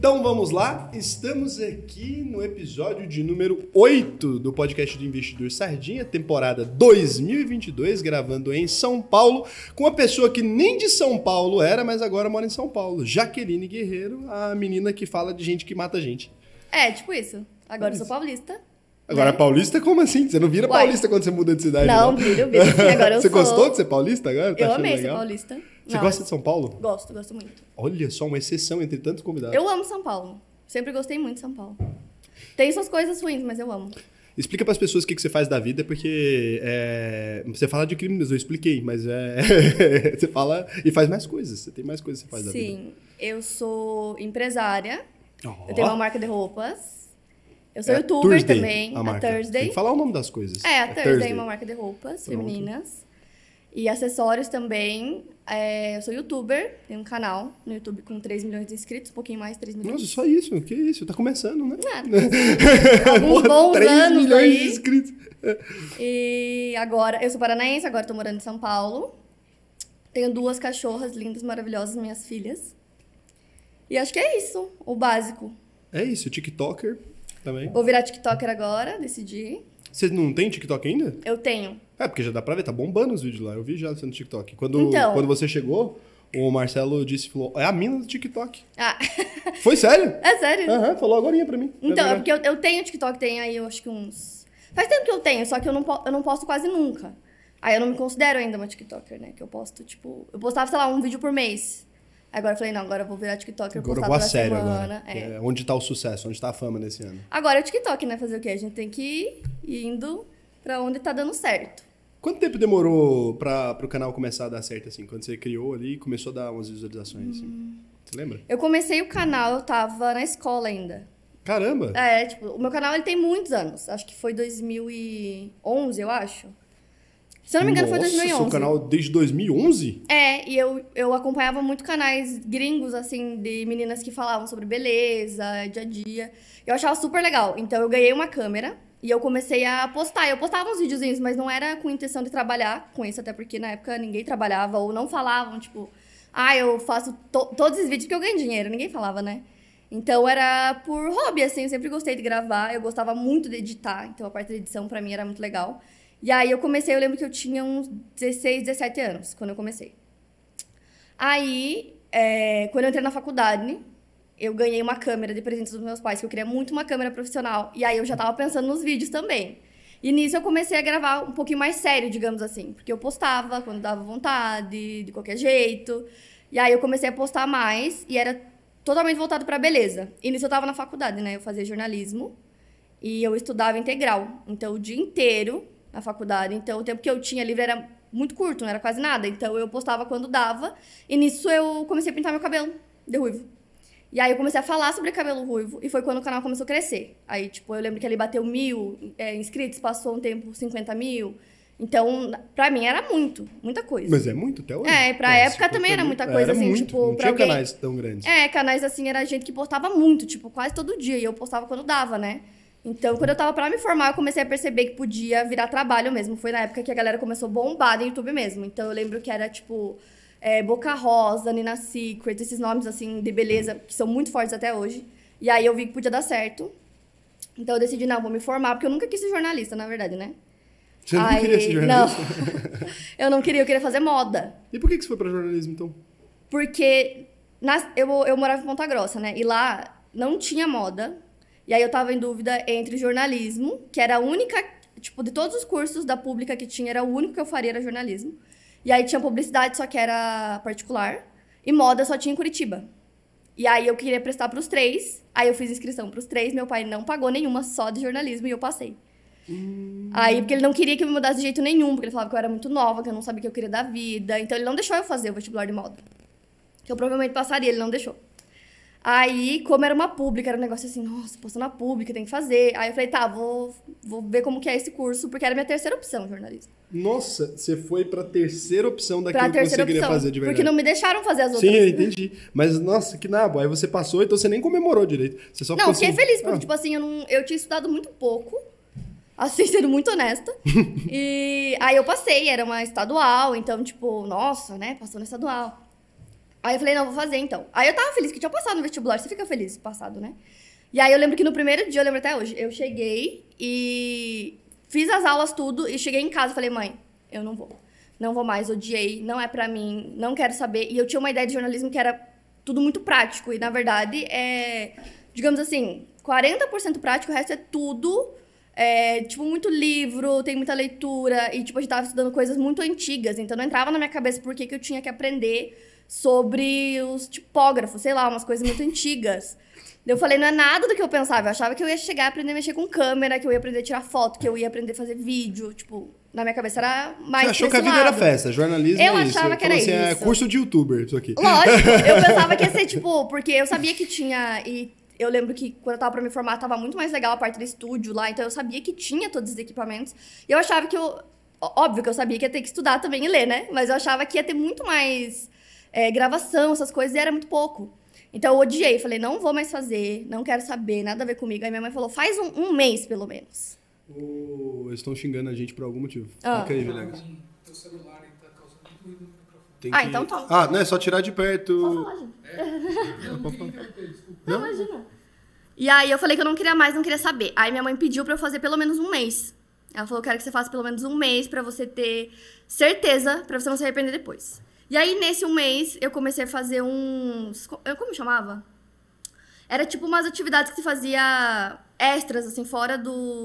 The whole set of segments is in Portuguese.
Então vamos lá, estamos aqui no episódio de número 8 do podcast do Investidor Sardinha, temporada 2022, gravando em São Paulo, com uma pessoa que nem de São Paulo era, mas agora mora em São Paulo, Jaqueline Guerreiro, a menina que fala de gente que mata gente. É, tipo isso. Agora eu sou paulista. Agora, paulista, como assim? Você não vira paulista quando você muda de cidade? Não, viro. Agora eu Você sou... gostou de ser paulista agora? Tá eu achando amei legal? ser paulista. Você gosta de São Paulo? Gosto muito. Olha só, uma exceção entre tantos convidados. Eu amo São Paulo. Sempre gostei muito de São Paulo. Tem suas coisas ruins, mas eu amo. Explica para as pessoas o que você faz da vida, porque você fala de crimes, eu expliquei, mas você fala e faz mais coisas. Você tem mais coisas que você faz da vida. Sim, eu sou empresária. Oh. Eu tenho uma marca de roupas. Eu sou youtuber Thursday, também, a Thursday. Thursday. Tem que falar o nome das coisas. A Thursday é uma marca de roupas femininas. E acessórios também. Eu sou youtuber, tenho um canal no YouTube com 3 milhões de inscritos, um pouquinho mais, 3 milhões. Nossa, só isso? Que isso? Tá começando, né? Alguns bons 3 anos milhões aí. de inscritos. E agora, eu sou paranaense, agora tô morando em São Paulo. Tenho 2 cachorras lindas, maravilhosas, minhas filhas. E acho que é isso, o básico. É isso, TikToker também. Vou virar TikToker agora, decidi. Você não tem TikTok ainda? Eu tenho. Porque já dá pra ver, tá bombando os vídeos lá. Eu vi já no TikTok. Então. Quando você chegou, o Marcelo falou, é a mina do TikTok. Ah. Foi sério? É sério? Aham, falou agorinha pra mim. Então, é porque eu tenho TikTok, tenho aí, eu acho que uns... Faz tempo que eu tenho, só que eu não posto quase nunca. Aí eu não me considero ainda uma TikToker, né? Que eu posto, tipo... Eu postava, sei lá, um vídeo por mês. Agora eu falei, não, agora eu vou virar TikToker, Agora eu postar vou a toda sério semana. agora. Onde tá o sucesso? Onde tá a fama nesse ano? Agora é o TikTok, né? Fazer o quê? A gente tem que ir indo pra onde tá dando certo. Quanto tempo demorou pro canal começar a dar certo, assim? Quando você criou ali e começou a dar umas visualizações, assim? Você lembra? Eu comecei o canal, eu tava na escola ainda. Caramba! Tipo, o meu canal, ele tem muitos anos. Acho que foi 2011, eu acho. Se eu não me engano, foi 2011. Seu canal desde 2011? E eu acompanhava muito canais gringos, assim, de meninas que falavam sobre beleza, dia a dia. Eu achava super legal. Então, eu ganhei uma câmera e eu comecei a postar. Eu postava uns videozinhos, mas não era com intenção de trabalhar com isso, até porque na época ninguém trabalhava ou não falavam, tipo... eu faço todos esses vídeos porque eu ganho dinheiro. Ninguém falava, né? Então, era por hobby, assim. Eu sempre gostei de gravar. Eu gostava muito de editar. Então, a parte da edição, pra mim, era muito legal. E aí, eu lembro que eu tinha uns 16, 17 anos, quando eu comecei. Aí, quando eu entrei na faculdade, eu ganhei uma câmera de presente dos meus pais, que eu queria muito uma câmera profissional. E aí, eu já tava pensando nos vídeos também. E nisso, eu comecei a gravar um pouquinho mais sério, digamos assim. Porque eu postava quando dava vontade, de qualquer jeito. E aí, eu comecei a postar mais e era totalmente voltado pra beleza. E nisso, eu tava na faculdade, né? Eu fazia jornalismo e eu estudava integral. Então, o dia inteiro na faculdade. Então, o tempo que eu tinha livre era muito curto, não era quase nada. Então, eu postava quando dava. E nisso, eu comecei a pintar meu cabelo de ruivo. E aí, eu comecei a falar sobre cabelo ruivo. E foi quando o canal começou a crescer. Aí, tipo, eu lembro que ele bateu 1.000 inscritos, passou um tempo 50 mil. Então, pra mim, era muita coisa. Mas é muito até hoje? Pra época também era muita coisa, era assim, muito. tipo... Não tinha canais tão grandes. Canais, assim, era gente que postava muito, tipo, quase todo dia. E eu postava quando dava, né? Então, quando eu tava pra me formar, eu comecei a perceber que podia virar trabalho mesmo. Foi na época que a galera começou a bombar no YouTube mesmo. Então, eu lembro que era, tipo, Boca Rosa, Nina Secret, esses nomes, assim, de beleza, que são muito fortes até hoje. E aí, eu vi que podia dar certo. Então, eu decidi, não, vou me formar, porque eu nunca quis ser jornalista, na verdade, né? Você não queria ser jornalista? Não, eu não queria, eu queria fazer moda. E por que você foi pra jornalismo, então? Porque eu morava em Ponta Grossa, né? E lá não tinha moda. E aí eu tava em dúvida entre jornalismo, que era a única... Tipo, de todos os cursos da pública que tinha, era o único que eu faria era jornalismo. E aí tinha publicidade, só que era particular. E moda só tinha em Curitiba. E aí eu queria prestar pros 3. Aí eu fiz inscrição pros 3. Meu pai não pagou nenhuma, só de jornalismo, e eu passei. Aí, porque ele não queria que eu me mudasse de jeito nenhum, porque ele falava que eu era muito nova, que eu não sabia o que eu queria da vida. Então ele não deixou eu fazer o vestibular de moda. Que eu provavelmente passaria, ele não deixou. Aí, como era uma pública, era um negócio assim, nossa, postou na pública, tem que fazer. Aí eu falei, tá, vou ver como que é esse curso, porque era a minha terceira opção, jornalismo. Nossa, você foi pra terceira opção daquilo que você queria fazer de verdade. Porque não me deixaram fazer as outras. Sim, eu entendi. Mas, nossa, que nabo. Aí você passou, então você nem comemorou direito. Você só não, ficou fiquei assim, feliz, porque, tipo assim, eu tinha estudado muito pouco. Assim, sendo muito honesta. E aí eu passei, era uma estadual, então, tipo, nossa, né, passou na estadual. Aí eu falei, não, vou fazer então. Aí eu tava feliz que tinha passado no vestibular. Você fica feliz passado, né? E aí eu lembro que no primeiro dia, eu lembro até hoje, eu cheguei e fiz as aulas tudo e cheguei em casa e falei, mãe, eu não vou. Não vou mais, odiei, não é pra mim, não quero saber. E eu tinha uma ideia de jornalismo que era tudo muito prático. E, na verdade, digamos assim, 40% prático, o resto é tudo, tipo, muito livro, tem muita leitura. E, tipo, a gente tava estudando coisas muito antigas. Então, não entrava na minha cabeça por que eu tinha que aprender sobre os tipógrafos, sei lá, umas coisas muito antigas. Eu falei, não é nada do que eu pensava. Eu achava que eu ia chegar a aprender a mexer com câmera, que eu ia aprender a tirar foto, que eu ia aprender a fazer vídeo. Tipo, na minha cabeça era mais. Você achou que a vida era festa, jornalismo eu é isso. achava que era assim, isso. É curso de youtuber, isso aqui. Lógico, eu pensava que ia ser, tipo, porque eu sabia que tinha. E eu lembro que quando eu tava pra me formar, tava muito mais legal a parte do estúdio lá, então eu sabia que tinha todos os equipamentos. E eu achava que óbvio que eu sabia que ia ter que estudar também e ler, né? Mas eu achava que ia ter muito mais gravação, essas coisas, e era muito pouco. Então eu odiei, falei, não vou mais fazer, não quero saber, nada a ver comigo. Aí minha mãe falou, faz um mês, pelo menos. Eles estão xingando a gente por algum motivo. Fica aí, Vilegas. Teu celular tá causando muito ruído no microfone. Então toma. Ah, não é só tirar de perto. Pode falar, gente. Não, imagina. E aí eu falei que eu não queria mais, não queria saber. Aí minha mãe pediu pra eu fazer pelo menos um mês. Ela falou, eu quero que você faça pelo menos um mês pra você ter certeza, pra você não se arrepender depois. E aí, nesse um mês, eu comecei a fazer uns... Como chamava? Era tipo umas atividades que você fazia extras, assim, fora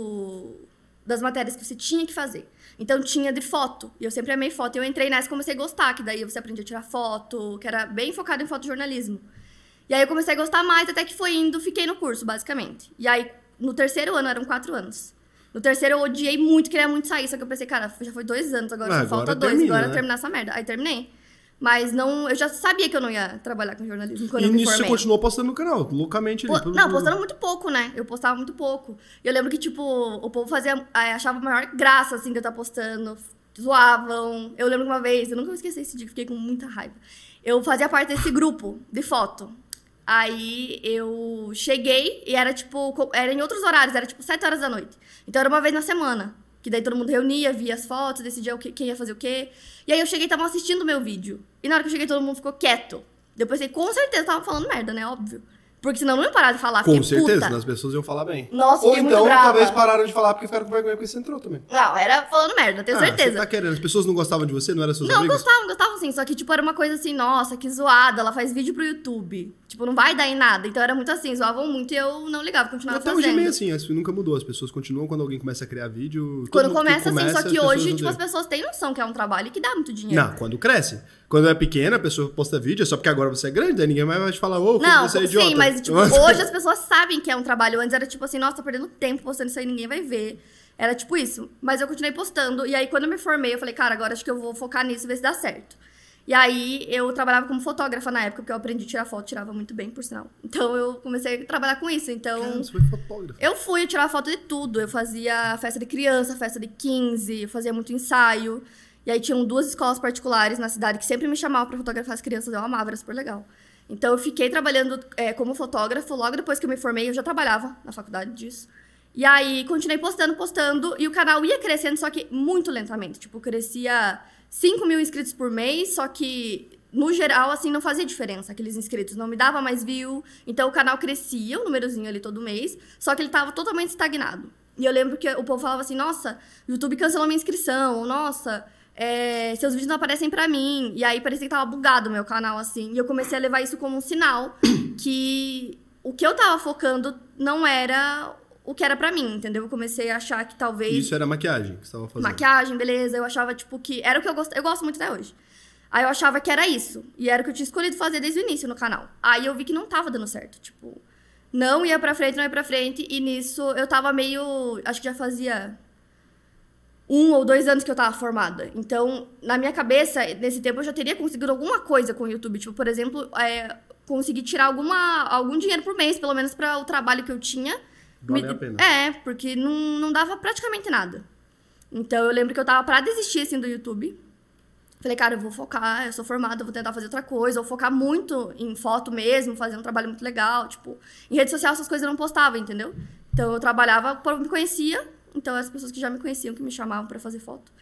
das matérias que você tinha que fazer. Então, tinha de foto. E eu sempre amei foto. E eu entrei nessa e comecei a gostar, que daí você aprendia a tirar foto, que era bem focado em fotojornalismo. E aí, eu comecei a gostar mais, até que foi indo, fiquei no curso, basicamente. E aí, no terceiro ano, eram 4 anos. No terceiro, eu odiei muito, queria muito sair. Só que eu pensei, cara, já foi 2 anos, agora só falta 2. Termina, agora né? terminar essa merda. Aí, terminei. Mas não, eu já sabia que eu não ia trabalhar com jornalismo quando eu me nisso formei. você continuou postando no canal, loucamente ali. Não, postando muito pouco, né? Eu postava muito pouco. E eu lembro que, tipo, o povo achava a maior graça, assim, de eu estar postando. Zoavam. Eu lembro que uma vez, eu nunca vou esquecer esse dia, que fiquei com muita raiva. Eu fazia parte desse grupo de foto. Aí eu cheguei e era, tipo, era em outros horários, era, tipo, 7 horas da noite. Então era uma vez na semana. Que daí todo mundo reunia, via as fotos, decidia quem ia fazer o quê. E aí eu cheguei e estavam assistindo o meu vídeo. E na hora que eu cheguei, todo mundo ficou quieto. Depois eu pensei, com certeza estavam falando merda, né? Óbvio. Porque senão não iam parar de falar. Com certeza, puta. as pessoas iam falar bem. Nossa, ou fiquei então, muito brava. talvez pararam de falar porque ficaram com vergonha porque você entrou também. Não, era falando merda, tenho certeza. Você tá querendo. As pessoas não gostavam de você? Não eram seus Não, amigos? gostavam sim. Só que, tipo, era uma coisa assim, nossa, que zoada. Ela faz vídeo pro YouTube. Tipo, não vai dar em nada. Então era muito assim, zoavam muito e eu não ligava, continuava Até fazendo. hoje é meio assim, isso nunca mudou. As pessoas continuam quando alguém começa a criar vídeo. Quando começa assim, só que as hoje, pessoas tipo, as odeiam. pessoas têm noção que é um trabalho e que dá muito dinheiro. Não, quando cresce. Quando é pequena, a pessoa posta vídeo, é só porque agora você é grande, daí ninguém mais vai te falar, ô, como Não, você é idiota. sim, mas tipo, hoje as pessoas sabem que é um trabalho. Antes era tipo assim, nossa, tô perdendo tempo postando isso aí, ninguém vai ver. Era tipo isso. Mas eu continuei postando. E aí, quando eu me formei, eu falei, cara, agora acho que eu vou focar nisso e ver se dá certo. E aí, eu trabalhava como fotógrafa na época, porque eu aprendi a tirar foto, tirava muito bem, por sinal. Então, eu comecei a trabalhar com isso. Então, Caramba, você foi fotógrafa. eu tirava foto de tudo. Eu fazia festa de criança, festa de 15, eu fazia muito ensaio. E aí, tinham 2 escolas particulares na cidade que sempre me chamavam pra fotografar as crianças. Eu amava, era super legal. Então, eu fiquei trabalhando como fotógrafo. Logo depois que eu me formei, eu já trabalhava na faculdade disso. E aí, continuei postando. E o canal ia crescendo, só que muito lentamente. Tipo, crescia 5 mil inscritos por mês, só que, no geral, assim, não fazia diferença aqueles inscritos. Não me dava mais view. Então, o canal crescia, um númerozinho ali todo mês, só que ele tava totalmente estagnado. E eu lembro que o povo falava assim, nossa, o YouTube cancelou minha inscrição. Ou, nossa, seus vídeos não aparecem pra mim. E aí, parecia que tava bugado o meu canal, assim. E eu comecei a levar isso como um sinal que o que eu tava focando não era o que era pra mim, entendeu? Eu comecei a achar que talvez... Isso era maquiagem que você tava fazendo. Maquiagem, beleza. Eu achava, tipo, que... Era o que eu gosto. Eu gosto muito até hoje. Aí eu achava que era isso. E era o que eu tinha escolhido fazer desde o início no canal. Aí eu vi que não tava dando certo. Tipo, não ia pra frente, não ia pra frente. E nisso eu tava meio... Acho que já fazia 1 ou 2 anos que eu tava formada. Então, na minha cabeça, nesse tempo, eu já teria conseguido alguma coisa com o YouTube. Tipo, por exemplo, conseguir tirar algum dinheiro por mês, pelo menos para o trabalho que eu tinha. Vale a pena. Porque não dava praticamente nada. Então, eu lembro que eu tava pra desistir, assim, do YouTube. Falei, cara, eu vou focar, eu sou formada, eu vou tentar fazer outra coisa. Ou focar muito em foto mesmo, fazer um trabalho muito legal. Tipo, em rede social essas coisas eu não postava, entendeu? Então, eu trabalhava, o povo me conhecia. Então, as pessoas que já me conheciam, que me chamavam pra fazer foto.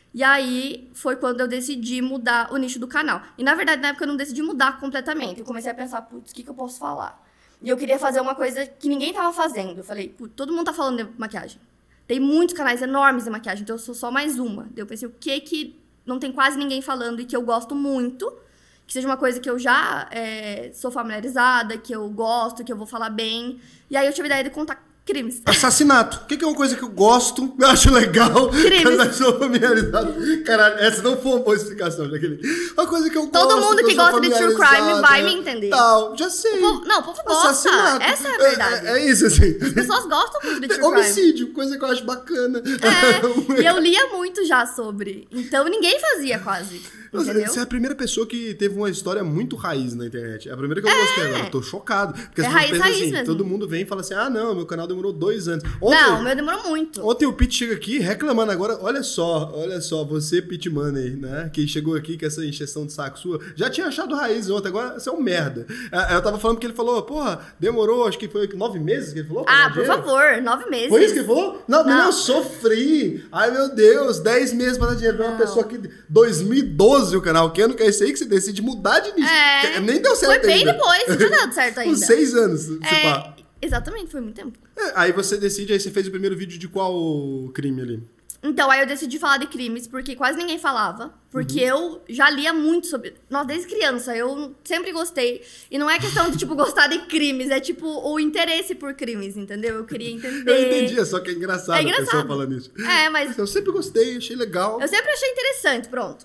E aí foi quando eu decidi mudar o nicho do canal. E na verdade, na época eu não decidi mudar completamente. Eu comecei a pensar, putz, o que eu posso falar? E eu queria fazer uma coisa que ninguém tava fazendo. Eu falei, putz, todo mundo tá falando de maquiagem. Tem muitos canais enormes de maquiagem, então eu sou só mais uma. Daí eu pensei, o que não tem quase ninguém falando e que eu gosto muito, que seja uma coisa que eu já sou familiarizada, que eu gosto, que eu vou falar bem. E aí eu tive a ideia de contar crimes. Assassinato. O que é uma coisa que eu gosto, eu acho legal. Crimes. Eu sou familiarizado. Caralho, essa não foi uma boa explicação, Jaqueline. Uma coisa que eu gosto. Todo mundo que gosta de true crime vai me entender. Tal, já sei. O povo gosta. Assassinato. Essa é a verdade. É isso, assim. As pessoas gostam muito de true crime. Homicídio, coisa que eu acho bacana. E eu lia muito já sobre. Então ninguém fazia quase. Nossa, Entendeu? você é a primeira pessoa que teve uma história muito raiz na internet. É a primeira que eu gostei agora. Eu tô chocado. Porque as pessoas pensam assim, mesmo. todo mundo vem e fala assim, não, meu canal demorou 2 anos. Não, o meu demorou muito. Ontem o Pete chega aqui reclamando agora, olha só, você, Pete Money, né, que chegou aqui com essa encheção de saco sua, já tinha achado raiz ontem, agora você é um merda. Eu tava falando porque ele falou, porra, demorou, acho que foi 9 meses que ele falou? Por favor, 9 meses. Foi isso que ele falou? Não, eu sofri. Ai, meu Deus, 10 meses pra dar dinheiro pra uma pessoa que 2012 o canal, que ano que é esse aí que você decide mudar de nicho. Nem deu certo ainda. Foi bem depois, não tinha dado certo ainda. Uns 6 anos, se pá. Exatamente, foi muito tempo. Aí você decide, aí você fez o primeiro vídeo de qual crime ali? Então, aí eu decidi falar de crimes, porque quase ninguém falava. Porque eu já lia muito sobre... Nossa, desde criança, eu sempre gostei. E não é questão de, tipo, gostar de crimes, é, tipo, o interesse por crimes, entendeu? Eu queria entender... Eu entendi, só que é engraçado a pessoa falando isso. Mas... Eu sempre gostei, achei legal. Eu sempre achei interessante, pronto.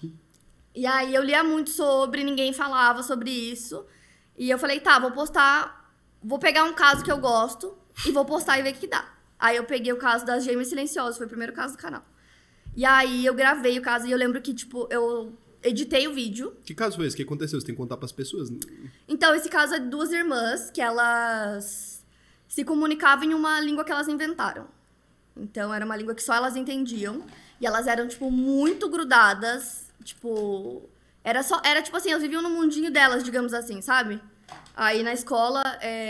E aí eu lia muito sobre, ninguém falava sobre isso. E eu falei, tá, vou postar... Vou pegar um caso que eu gosto e vou postar e ver o que dá. Aí eu peguei o caso das Gêmeas Silenciosas, foi o primeiro caso do canal. E aí eu gravei o caso e eu lembro que, tipo, eu editei o vídeo. Que caso foi esse? O que aconteceu? Você tem que contar pras pessoas? Então, esse caso é de 2 irmãs que elas se comunicavam em uma língua que elas inventaram. Então, era uma língua que só elas entendiam. E elas eram, tipo, muito grudadas. Tipo, era tipo assim, elas viviam no mundinho delas, digamos assim, sabe? Aí na escola,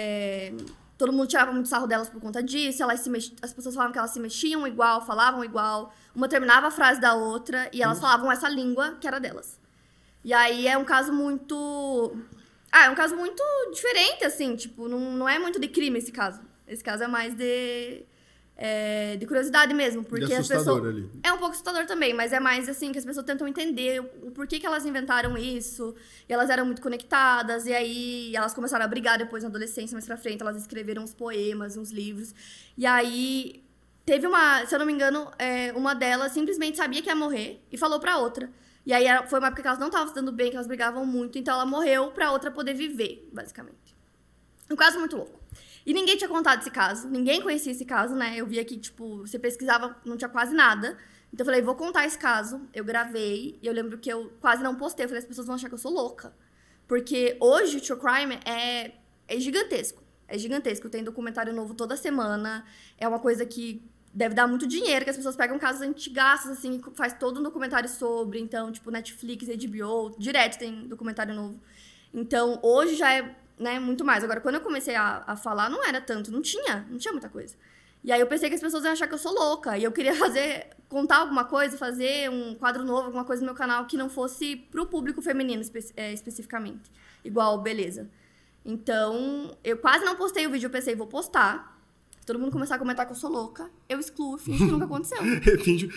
todo mundo tirava muito sarro delas por conta disso. As pessoas falavam que elas se mexiam igual, falavam igual. Uma terminava a frase da outra e elas falavam essa língua que era delas. E aí é um caso muito... é um caso muito diferente, assim. Tipo, não é muito de crime esse caso. Esse caso é mais de curiosidade mesmo. Porque as pessoas... ali. É um pouco assustador também, mas é mais assim que as pessoas tentam entender o porquê que elas inventaram isso. E elas eram muito conectadas, e aí elas começaram a brigar depois na adolescência, mais pra frente. Elas escreveram uns poemas, uns livros. E aí teve uma, se eu não me engano, uma delas simplesmente sabia que ia morrer e falou pra outra. E aí foi uma época que elas não estavam se dando bem, que elas brigavam muito, então ela morreu pra outra poder viver, basicamente. Um caso muito louco. E ninguém tinha contado esse caso, ninguém conhecia esse caso, né? Eu via que, tipo, você pesquisava, não tinha quase nada. Então eu falei, vou contar esse caso. Eu gravei, e eu lembro que eu quase não postei. Eu falei, as pessoas vão achar que eu sou louca. Porque hoje o true crime é gigantesco. É gigantesco. Tem documentário novo toda semana. É uma coisa que deve dar muito dinheiro, que as pessoas pegam casos antigaços, assim, e faz todo um documentário sobre. Então, tipo, Netflix, HBO, direto tem documentário novo. Então, hoje já é... né, muito mais. Agora, quando eu comecei a falar, não era tanto, não tinha muita coisa. E aí eu pensei que as pessoas iam achar que eu sou louca. E eu queria contar alguma coisa, fazer um quadro novo, alguma coisa no meu canal que não fosse pro público feminino especificamente. Igual beleza. Então, eu quase não postei o vídeo, eu pensei, vou postar. Se todo mundo começar a comentar que eu sou louca, eu excluo, finjo que nunca aconteceu. Eu finjo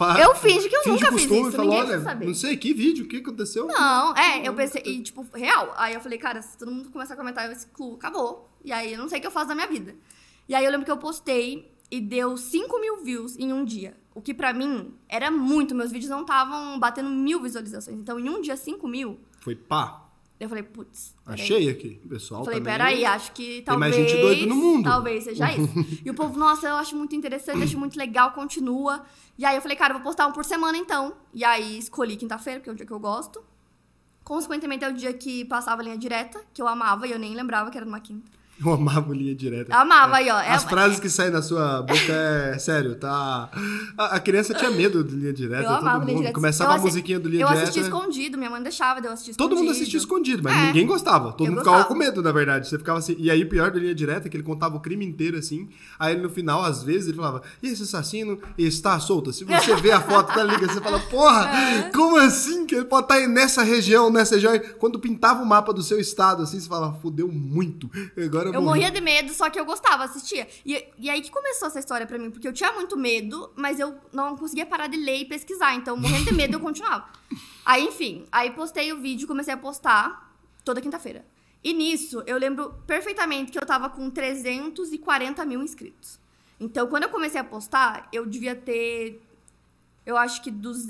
que eu nunca fiz isso, falou, ninguém precisa saber. Não sei, que vídeo, o que aconteceu? Não, eu pensei, e tipo, real. Aí eu falei, cara, se todo mundo começar a comentar, eu excluo, acabou. E aí eu não sei o que eu faço da minha vida. E aí eu lembro que eu postei e deu 5.000 views em um dia. O que pra mim era muito, meus vídeos não estavam batendo 1.000 visualizações. Então em um dia, 5.000. Foi pá. Eu falei, putz. Achei aqui, pessoal. Eu falei, também. peraí, acho que talvez... Tem mais gente doida no mundo. Talvez seja isso. E o povo, nossa, eu acho muito interessante, acho muito legal, continua. E aí eu falei, cara, eu vou postar um por semana então. E aí escolhi quinta-feira, porque é o dia que eu gosto. Consequentemente é o dia que passava a linha direta, que eu amava e eu nem lembrava que era numa quinta. Eu amava linha direta. Amava aí, ó. As frases que saem da sua boca sério, tá? A criança tinha medo de linha direta. Eu amava todo linha mundo. direta. Começava a musiquinha do linha eu direta. Eu assistia escondido, minha mãe não deixava de eu assistir escondido. Todo mundo assistia escondido, mas É. ninguém gostava. Todo Eu mundo gostava. ficava com medo, na verdade. Você ficava assim. E aí, pior da linha direta é que ele contava o crime inteiro assim. Aí no final, às vezes, ele falava: e esse assassino está solto? Se você vê a foto da liga, você fala: porra, como assim que ele pode estar nessa região, nessa região? Quando pintava o mapa do seu estado, assim, você fala: fudeu muito. Agora Eu morria de medo, só que eu gostava, assistia. E aí que começou essa história pra mim, porque eu tinha muito medo, mas eu não conseguia parar de ler e pesquisar. Então, morrendo de medo, eu continuava. Aí, enfim, aí postei o vídeo, comecei a postar toda quinta-feira. E nisso, eu lembro perfeitamente que eu tava com 340 mil inscritos. Então, quando eu comecei a postar, eu devia ter, eu acho que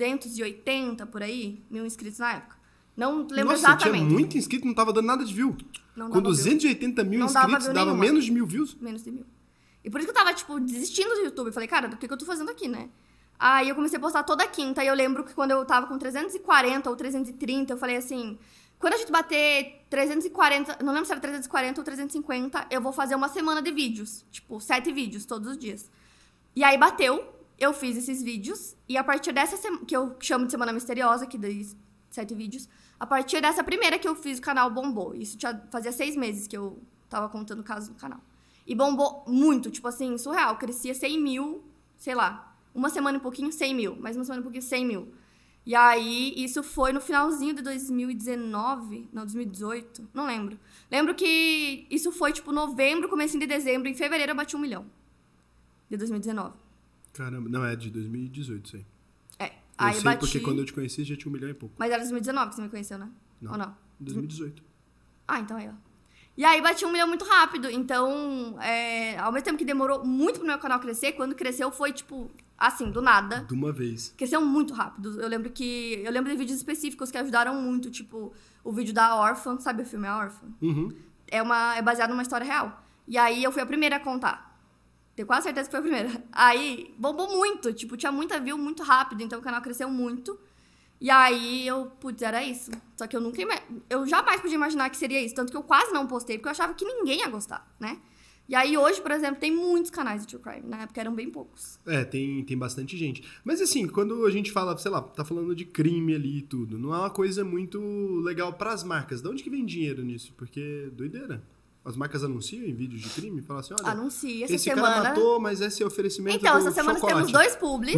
280, por aí, mil inscritos na época. Não lembro exatamente. Tinha muito inscrito, não tava dando nada de view. Não Com dava 280 mil Não dava inscritos, view dava nenhuma. menos de 1.000 views. Menos de 1.000. E por isso que eu tava, tipo, desistindo do YouTube. Eu falei, cara, do que eu tô fazendo aqui, né? Aí eu comecei a postar toda quinta. E eu lembro que quando eu tava com 340 ou 330, eu falei assim... Quando a gente bater 340... Não lembro se era 340 ou 350. Eu vou fazer uma semana de vídeos. Tipo, 7 vídeos todos os dias. E aí bateu. Eu fiz esses vídeos. E a partir dessa... Que eu chamo de Semana Misteriosa, que daí 7 vídeos. A partir dessa primeira que eu fiz, o canal bombou. Isso fazia 6 meses que eu tava contando casos no canal. E bombou muito, tipo assim, surreal. Crescia 100 mil, sei lá. Uma semana e pouquinho, 100 mil. Mais uma semana e pouquinho, 100 mil. E aí, isso foi no finalzinho de 2019. Não, 2018. Não lembro. Lembro que isso foi, tipo, novembro, comecinho de dezembro. Em fevereiro eu bati 1 milhão. De 2019. Caramba, não, é de 2018 isso aí. É. Eu Aí sei bati... porque quando eu te conheci já tinha 1 milhão e pouco. Mas era 2019 que você me conheceu, né? Não. Ou não? 2018. Ah, então aí, ó. E aí bati 1 milhão muito rápido. Então, ao mesmo tempo que demorou muito pro meu canal crescer, quando cresceu foi, tipo, assim, do nada. De uma vez. Cresceu muito rápido. Eu lembro de vídeos específicos que ajudaram muito, tipo, o vídeo da Órfã, sabe o filme A Órfã? Uhum. É baseado numa história real. E aí eu fui a primeira a contar. Tenho quase certeza que foi a primeira. Aí bombou muito, tipo, tinha muita view muito rápido, então o canal cresceu muito. E aí putz, era isso. Só que eu jamais podia imaginar que seria isso. Tanto que eu quase não postei, porque eu achava que ninguém ia gostar, né? E aí hoje, por exemplo, tem muitos canais de True Crime. Na época eram bem poucos. Tem bastante gente. Mas assim, quando a gente fala, sei lá, tá falando de crime ali e tudo, não é uma coisa muito legal pras marcas. De onde que vem dinheiro nisso? Porque doideira. As marcas anunciam em vídeos de crime? Falam assim, olha, anuncia essa esse semana... cara matou, mas esse é oferecimento Então, do essa semana chocolate. temos 2 publis.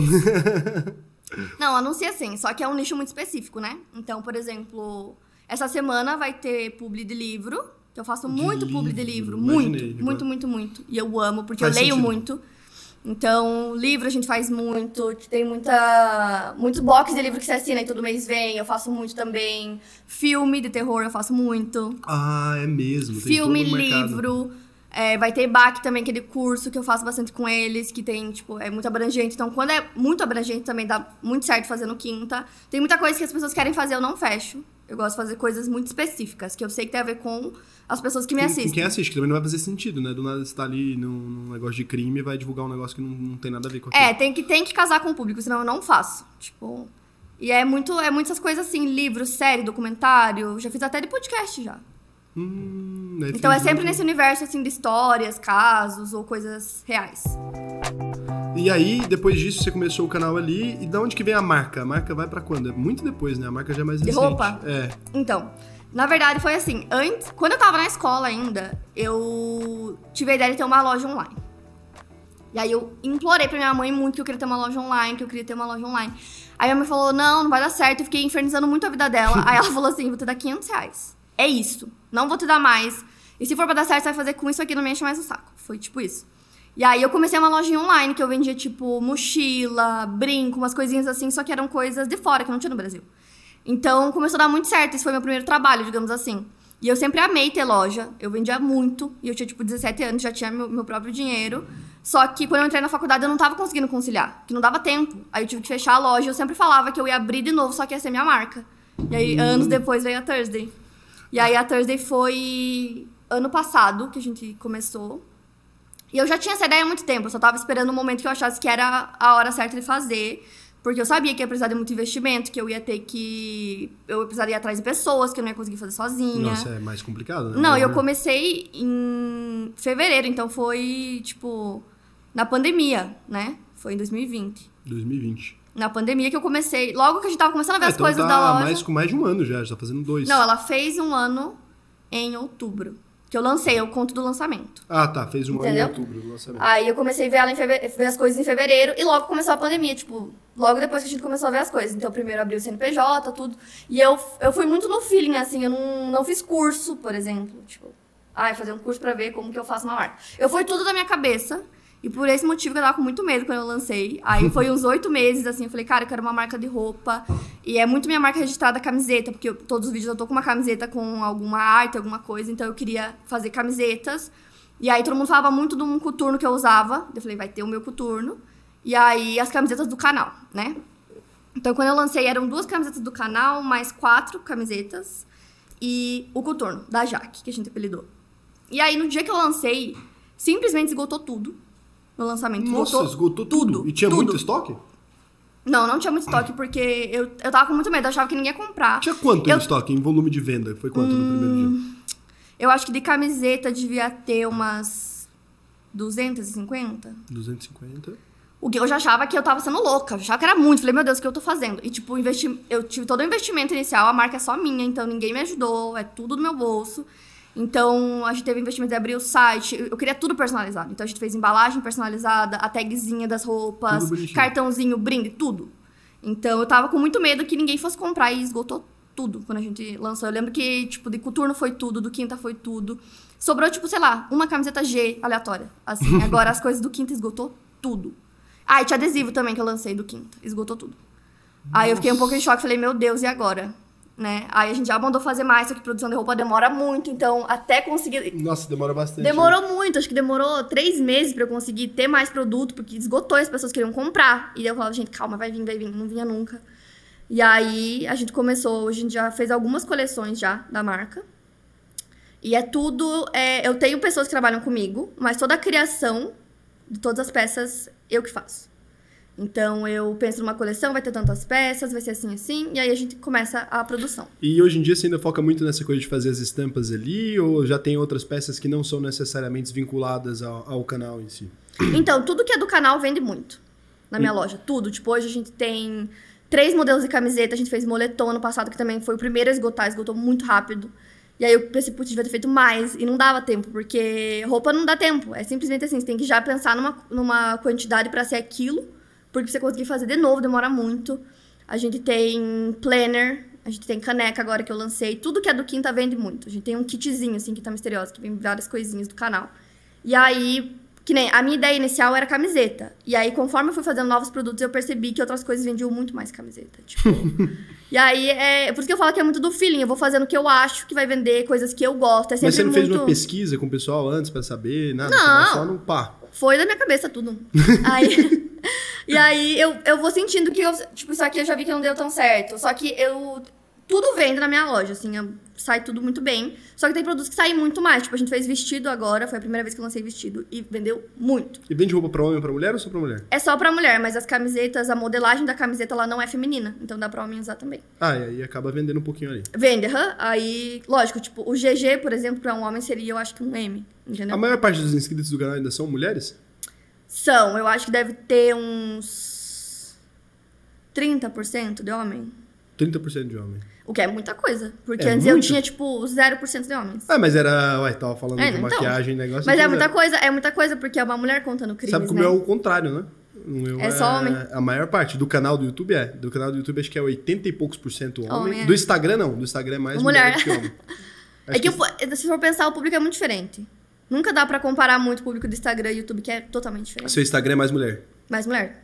Não, anuncia sim, só que é um nicho muito específico, né? Então, por exemplo, essa semana vai ter publi de livro, que eu faço muito publi de livro. Imaginei, muito. E eu amo, porque Faz eu leio sentido. muito. Então, livro a gente faz muito, tem muitos box de livro que você assina e todo mês vem, eu faço muito também. Filme de terror eu faço muito. Ah, é mesmo. Tem Filme, todo o mercado. livro. Vai ter BAC também, aquele curso que eu faço bastante com eles, que tem, tipo, é muito abrangente. Então, quando é muito abrangente, também dá muito certo fazer no quinta. Tem muita coisa que as pessoas querem fazer, eu não fecho. Eu gosto de fazer coisas muito específicas, que eu sei que tem a ver com as pessoas que me assistem. Com quem assiste, que também não vai fazer sentido, né? Do nada você tá ali num negócio de crime e vai divulgar um negócio que não tem nada a ver com aquilo. Tem que casar com o público, senão eu não faço. Tipo... E é muito essas coisas assim, livro, série, documentário. Já fiz até de podcast já. Então é sempre nesse universo, assim, de histórias, casos ou coisas reais. E aí, depois disso, você começou o canal ali. E de onde que vem a marca? A marca vai pra quando? É muito depois, né? A marca já é mais De recente. roupa? É. Então, na verdade foi assim, quando eu tava na escola ainda, eu tive a ideia de ter uma loja online. E aí eu implorei pra minha mãe muito que eu queria ter uma loja online, Aí a minha mãe falou, não vai dar certo. Eu fiquei infernizando muito a vida dela. Aí ela falou assim, vou te dar R$500. É isso. Não vou te dar mais. E se for pra dar certo, você vai fazer com isso aqui, não me enche mais o saco. Foi tipo isso. E aí eu comecei uma lojinha online, que eu vendia, tipo, mochila, brinco, umas coisinhas assim, só que eram coisas de fora, que não tinha no Brasil. Então, começou a dar muito certo. Esse foi meu primeiro trabalho, digamos assim. E eu sempre amei ter loja. Eu vendia muito. E eu tinha, tipo, 17 anos, já tinha meu próprio dinheiro. Só que quando eu entrei na faculdade, eu não tava conseguindo conciliar. Que não dava tempo. Aí eu tive que fechar a loja. Eu sempre falava que eu ia abrir de novo, só que ia ser minha marca. E aí, anos depois, veio a Thursday. E aí, a Thursday foi ano passado que a gente começou. E eu já tinha essa ideia há muito tempo. Eu só tava esperando o momento que eu achasse que era a hora certa de fazer. Porque eu sabia que ia precisar de muito investimento, que eu precisaria ir atrás de pessoas, que eu não ia conseguir fazer sozinha. Nossa, é mais complicado, né? Não, eu comecei em fevereiro, então foi, tipo, na pandemia, né? Foi em 2020. 2020. Na pandemia que eu comecei, logo que a gente tava começando a ver as então coisas da loja. Com mais de um ano já tá fazendo 2. Não, ela fez um ano em outubro. Que eu lancei, eu conto do lançamento. Ah, tá. Fez um ano em Entendeu? outubro do lançamento. Aí eu comecei a ver, ver as coisas em fevereiro e logo começou a pandemia, tipo, logo depois que a gente começou a ver as coisas. Então, primeiro abri o CNPJ, tudo. E eu fui muito no feeling, assim, eu não fiz curso, por exemplo. Tipo, fazer um curso pra ver como que eu faço uma marca. Eu fui tudo da minha cabeça. E por esse motivo que eu tava com muito medo quando eu lancei. Aí foi uns 8 meses, assim, eu falei, cara, eu quero uma marca de roupa. E é muito minha marca registrada camiseta, porque todos os vídeos eu tô com uma camiseta com alguma arte, alguma coisa. Então eu queria fazer camisetas. E aí todo mundo falava muito de um coturno que eu usava. Eu falei, vai ter o meu coturno. E aí as camisetas do canal, né? Então quando eu lancei eram 2 camisetas do canal, mais 4 camisetas. E o coturno, da Jaque, que a gente apelidou. E aí no dia que eu lancei, simplesmente esgotou tudo. No lançamento. Nossa, esgotou tudo? E tinha muito estoque? Não tinha muito estoque, porque eu tava com muito medo, eu achava que ninguém ia comprar. Tinha quanto em estoque, em volume de venda? Foi quanto no primeiro dia? Eu acho que de camiseta devia ter umas 250. 250. O que eu já achava que eu tava sendo louca, eu achava que era muito. Falei, meu Deus, o que eu tô fazendo? E tipo, eu tive todo o investimento inicial, a marca é só minha, então ninguém me ajudou, é tudo do meu bolso. Então, a gente teve investimento de abrir o site. Eu queria tudo personalizado. Então, a gente fez embalagem personalizada, a tagzinha das roupas, cartãozinho, brinde, tudo. Então, eu tava com muito medo que ninguém fosse comprar e esgotou tudo quando a gente lançou. Eu lembro que, tipo, de coturno foi tudo, do Quinta foi tudo. Sobrou, tipo, sei lá, uma camiseta G aleatória. Assim, agora as coisas do Quinta esgotou tudo. E tinha adesivo também que eu lancei do Quinta. Esgotou tudo. Aí eu fiquei um pouco em choque. Falei, meu Deus, e agora? Né? Aí a gente já mandou fazer mais, só que produção de roupa demora muito, então até conseguir... Nossa, demora bastante. Demorou muito, acho que demorou 3 meses pra eu conseguir ter mais produto, porque esgotou e as pessoas queriam comprar. E eu falava, gente, calma, vai vir, não vinha nunca. E aí a gente começou, hoje a gente já fez algumas coleções já da marca. E é tudo... eu tenho pessoas que trabalham comigo, mas toda a criação de todas as peças eu que faço. Então, eu penso numa coleção, vai ter tantas peças, vai ser assim, e aí a gente começa a produção. E hoje em dia você ainda foca muito nessa coisa de fazer as estampas ali, ou já tem outras peças que não são necessariamente vinculadas ao canal em si? Então, tudo que é do canal vende muito na minha loja, tudo. Tipo, hoje a gente tem 3 modelos de camiseta, a gente fez moletom ano passado, que também foi o primeiro a esgotar, esgotou muito rápido. E aí eu pensei, putz, devia ter feito mais, e não dava tempo, porque roupa não dá tempo. É simplesmente assim, você tem que já pensar numa quantidade pra ser aquilo, porque pra você conseguir fazer de novo demora muito. A gente tem planner, a gente tem caneca agora que eu lancei. Tudo que é do Quinta vende muito. A gente tem um kitzinho, assim, que tá misterioso, que vem várias coisinhas do canal. E aí, que nem a minha ideia inicial era camiseta. E aí, conforme eu fui fazendo novos produtos, eu percebi que outras coisas vendiam muito mais camiseta. Tipo... E aí, por isso que eu falo que é muito do feeling. Eu vou fazendo o que eu acho que vai vender, coisas que eu gosto. É sempre. Mas você não fez muito... uma pesquisa com o pessoal antes pra saber? Nada? Não. Só no pá. Foi da minha cabeça tudo. Aí... E aí, eu vou sentindo que, tipo, isso aqui eu já vi que não deu tão certo. Só que tudo vende na minha loja, assim, sai tudo muito bem. Só que tem produtos que saem muito mais. Tipo, a gente fez vestido agora, foi a primeira vez que eu lancei vestido e vendeu muito. E vende roupa pra homem ou pra mulher ou só pra mulher? É só pra mulher, mas as camisetas, a modelagem da camiseta, ela não é feminina. Então dá pra homem usar também. E aí acaba vendendo um pouquinho ali. Vende, Aí, lógico, tipo, o GG, por exemplo, pra um homem seria, eu acho que um M, entendeu? A maior parte dos inscritos do canal ainda são mulheres? São, eu acho que deve ter uns 30% de homem. 30% de homem. O que é muita coisa. Porque É antes muito? eu tinha, tipo, 0% de homens. Mas era... tava falando de então. maquiagem, negócio... Mas é muita coisa, porque é uma mulher contando crimes, Sabe como né? é o contrário, né? O meu É só homem. A maior parte do canal do YouTube é. Do canal do YouTube acho que é 80 e poucos % homem. Homem, é. Do Instagram não. Do Instagram é mais Mulher. mulher do que homem. É que, se for pensar, o público é muito diferente. Nunca dá pra comparar muito o público do Instagram e YouTube, que é totalmente diferente. Seu Instagram é mais mulher. Mais mulher.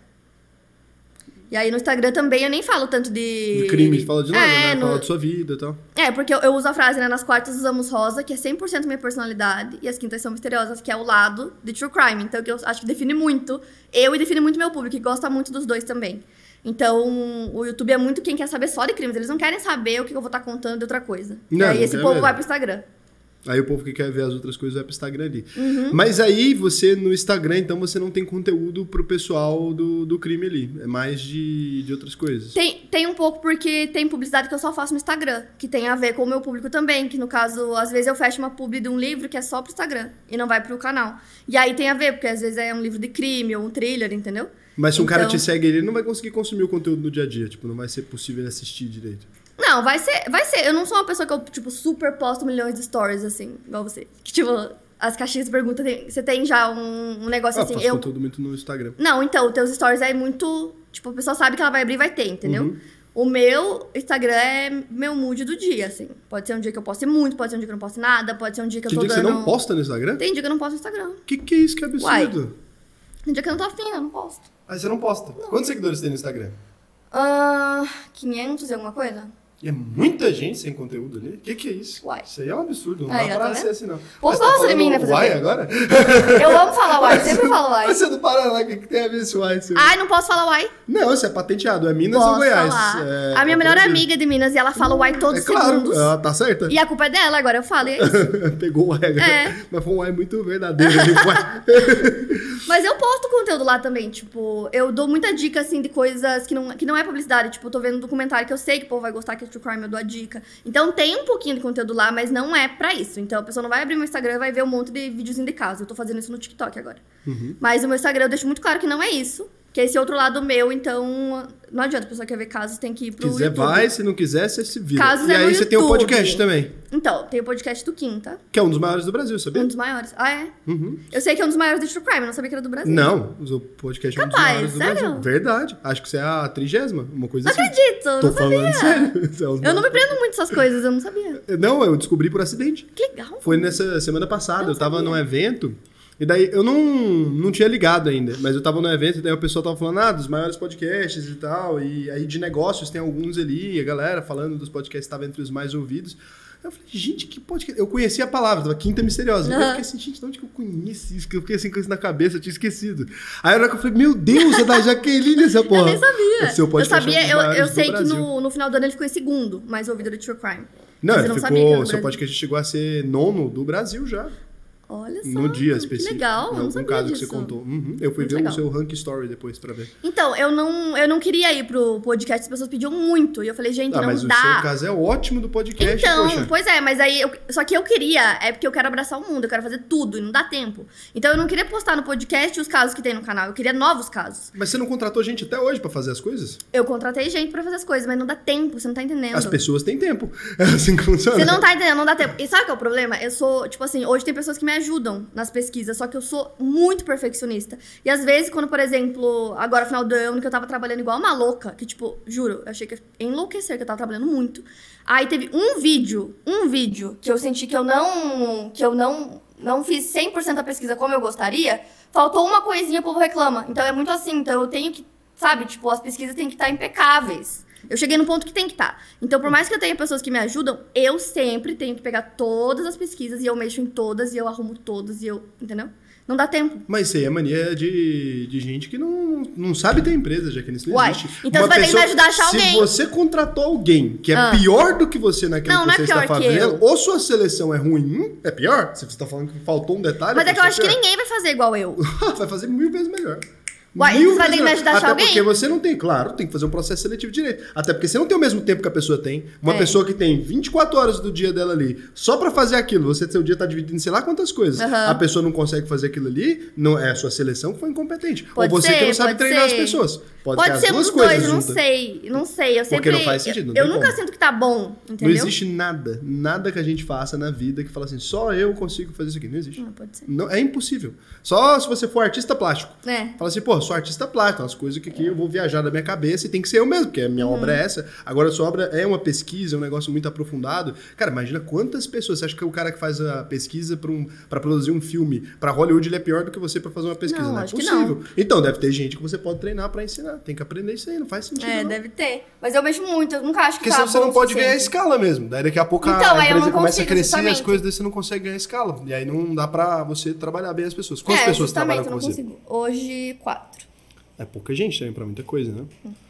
E aí no Instagram também eu nem falo tanto de... De crime, fala de nada, né? no... Fala de sua vida e tal. Porque eu uso a frase, né? Nas quartas usamos rosa, que é 100% minha personalidade. E as quintas são misteriosas, que é o lado de true crime. Então, que eu acho que define muito eu e define muito meu público, que gosta muito dos dois também. Então, o YouTube é muito quem quer saber só de crimes. Eles não querem saber o que eu vou estar contando de outra coisa. Não, e aí esse povo mesmo. vai pro Instagram. Aí o povo que quer ver as outras coisas vai pro Instagram ali. Mas aí você, no Instagram, então, você não tem conteúdo pro pessoal do crime ali. É mais de outras coisas. Tem um pouco porque tem publicidade que eu só faço no Instagram, que tem a ver com o meu público também, que no caso, às vezes eu fecho uma publi de um livro que é só pro Instagram e não vai pro canal. E aí tem a ver, porque às vezes é um livro de crime ou um thriller, entendeu? Mas se um cara te segue, ele não vai conseguir consumir o conteúdo no dia a dia. Tipo, não vai ser possível ele assistir direito. Não, vai ser. Eu não sou uma pessoa que eu, tipo, super posto milhões de stories, assim, igual você. Que, tipo, as caixinhas perguntam, você tem já um negócio assim. Eu faço conteúdo muito no Instagram. Não, então, os teus stories é muito. Tipo, a pessoa sabe que ela vai abrir e vai ter, entendeu? O meu Instagram é meu mood do dia, assim. Pode ser um dia que eu poste muito, pode ser um dia que eu não poste nada, pode ser um dia que eu tô Tem dia dando... que você não posta no Instagram? Tem dia que eu não posto no Instagram. Que é isso? Que absurdo. Uai. Tem dia que eu não tô afim, eu não posto. Aí você não posta. Não. Quantos seguidores tem no Instagram? 500 e alguma coisa? E é muita gente sem conteúdo ali? Que é isso? Uai. Isso aí é um absurdo. Não Aí, dá tá pra vendo? ser assim, não. Posso Mas falar tá de mim, né? falando Uai agora? Eu amo falar uai, sempre falo uai. Mas você é do Paraná, o que tem a ver esse uai? Seu? Ai, não posso falar uai? Não, você é patenteado. É Minas Posso ou Goiás? falar. É, A minha melhor Brasil. amiga de Minas, e ela fala uai todos É os claro, segundos. ela tá certa. E a culpa é dela, agora eu falo, e é isso. Pegou o uai agora. É. Mas foi um uai muito verdadeiro. ali, uai. Mas eu posto conteúdo lá também, tipo, eu dou muita dica, assim, de coisas que não é publicidade. Tipo, eu tô vendo um documentário que eu sei que o povo vai gostar, que é True Crime, eu dou a dica. Então tem um pouquinho de conteúdo lá, mas não é pra isso. Então a pessoa não vai abrir meu Instagram e vai ver um monte de videozinho de casa. Eu tô fazendo isso no TikTok agora. Mas o meu Instagram eu deixo muito claro que não é isso. Que é esse outro lado meu, então não adianta. A pessoa quer ver casos, tem que ir pro Se quiser, YouTube. vai. Se não quiser, você se vira. Casos e é no aí você tem um YouTube. podcast também. Então, tem o podcast do Quinta. Que é um dos maiores do Brasil, sabia? Um dos maiores. Ah, é? Eu sei que é um dos maiores de True Crime, eu não sabia que era do Brasil. Não, o podcast é um dos Capaz, maiores do sério? Brasil. Verdade. Acho que você é a 30ª, uma coisa Não assim. acredito, Tô não falando sabia. sério. Você é os Eu não me maiores. prendo muito essas coisas, eu não sabia. Não, eu descobri por acidente. Que legal. Foi nessa semana passada. Eu Eu tava sabia. num evento. E daí, eu não tinha ligado ainda, mas eu tava no evento e daí o pessoal tava falando, dos maiores podcasts e tal, e aí de negócios tem alguns ali, a galera falando dos podcasts que estavam entre os mais ouvidos. Eu falei, gente, que podcast? Eu conhecia a palavra, tava Quinta Misteriosa. Eu fiquei assim, gente, de onde que eu conheço isso? Que eu fiquei assim com isso na cabeça, eu tinha esquecido. Aí a hora que eu falei, meu Deus, é da Jaqueline essa porra. Eu nem sabia. O seu podcast eu é um dos sabia, maiores eu do sei que Brasil. no final do ano ele ficou em segundo mais ouvido do True Crime. Não, Mas ele eu não ficou, sabia que era do seu Brasil. podcast chegou a ser 9º do Brasil já. Olha só. No dia específico. Que legal, eu em não algum sabia caso disso. que você contou. Eu fui Muito ver legal. o seu Rank Story depois pra ver. Então, eu não queria ir pro podcast, as pessoas pediam muito. E eu falei, gente, Ah, não mas dá. o seu caso é ótimo do podcast, Então, poxa. pois é, mas aí, só que eu queria, é porque eu quero abraçar o mundo, eu quero fazer tudo e não dá tempo. Então eu não queria postar no podcast os casos que tem no canal, eu queria novos casos. Mas você não contratou gente até hoje pra fazer as coisas? Eu contratei gente pra fazer as coisas, mas não dá tempo, você não tá entendendo. As pessoas têm tempo. É assim que funciona. Você não tá entendendo, não dá tempo. E sabe qual é o problema? Eu sou, tipo assim, hoje tem pessoas que me ajudam nas pesquisas, só que eu sou muito perfeccionista. E às vezes, quando, por exemplo, agora final do ano, que eu tava trabalhando igual uma louca, que tipo, juro, eu achei que ia enlouquecer, que eu tava trabalhando muito. Aí teve um vídeo que eu senti que eu não fiz 100% da pesquisa como eu gostaria, faltou uma coisinha, o povo reclama. Então é muito assim, então eu tenho que, sabe, tipo, as pesquisas têm que estar impecáveis. Eu cheguei no ponto que tem que estar. Então, por mais que eu tenha pessoas que me ajudam, eu sempre tenho que pegar todas as pesquisas e eu mexo em todas e eu arrumo todas e eu, entendeu? Não dá tempo. Mas isso aí é mania de gente que não sabe ter empresa, já que isso não Uai, existe. então Uma você vai ter que me pessoa- ajudar a achar alguém. Se você contratou alguém que é pior do que você naquilo Não, que não é você está pior que fazendo, eu. ou sua seleção é ruim, é pior. Se você está falando que faltou um detalhe... Mas é que eu a acho que pessoa ninguém vai fazer igual eu. vai fazer 1000 vezes melhor. Uai, Mil você vai ter que me vezes ajudar a achar Até alguém? porque você não tem, claro, tem que fazer um processo seletivo direito. Até porque você não tem o mesmo tempo que a pessoa tem. Uma É. pessoa que tem 24 horas do dia dela ali, só pra fazer aquilo, seu dia tá dividido em sei lá quantas coisas. Aham. A pessoa não consegue fazer aquilo ali, não é a sua seleção que foi incompetente. Pode Ou você que ser, não sabe pode treinar ser. as pessoas. Pode Pode ter ser as um duas dos coisas dois, eu não juntas. sei. Eu sempre. não faz sentido, não eu tem nunca como. sinto que tá bom, entendeu? Não existe nada que a gente faça na vida que fala assim, só eu consigo fazer isso aqui. Não existe. Não, pode ser. Não, é impossível. Só se você for artista plástico. É. Fala assim, pô, sou artista plástico, umas coisas que aqui eu vou viajar da minha cabeça e tem que ser eu mesmo, porque a minha obra é essa. Agora, a sua obra é uma pesquisa, é um negócio muito aprofundado. Cara, imagina quantas pessoas. Você acha que o cara que faz a pesquisa pra produzir um filme pra Hollywood, ele é pior do que você pra fazer uma pesquisa? Não, Não é acho que possível. Então, deve ter gente que você pode treinar pra ensinar. Tem que aprender isso aí, não faz sentido. É, não. deve ter. Mas eu mexo muito, eu nunca acho que Porque tá senão você bom não o pode ganhar suficiente. escala mesmo. Daí daqui a pouco Então, a aí eu empresa não começa a consigo, crescer e as justamente. coisas daí você não consegue ganhar escala. E aí não dá pra você trabalhar bem as pessoas. Quantas pessoas justamente, trabalham com eu não você? consigo. Hoje, 4. É pouca gente também pra muita coisa, né?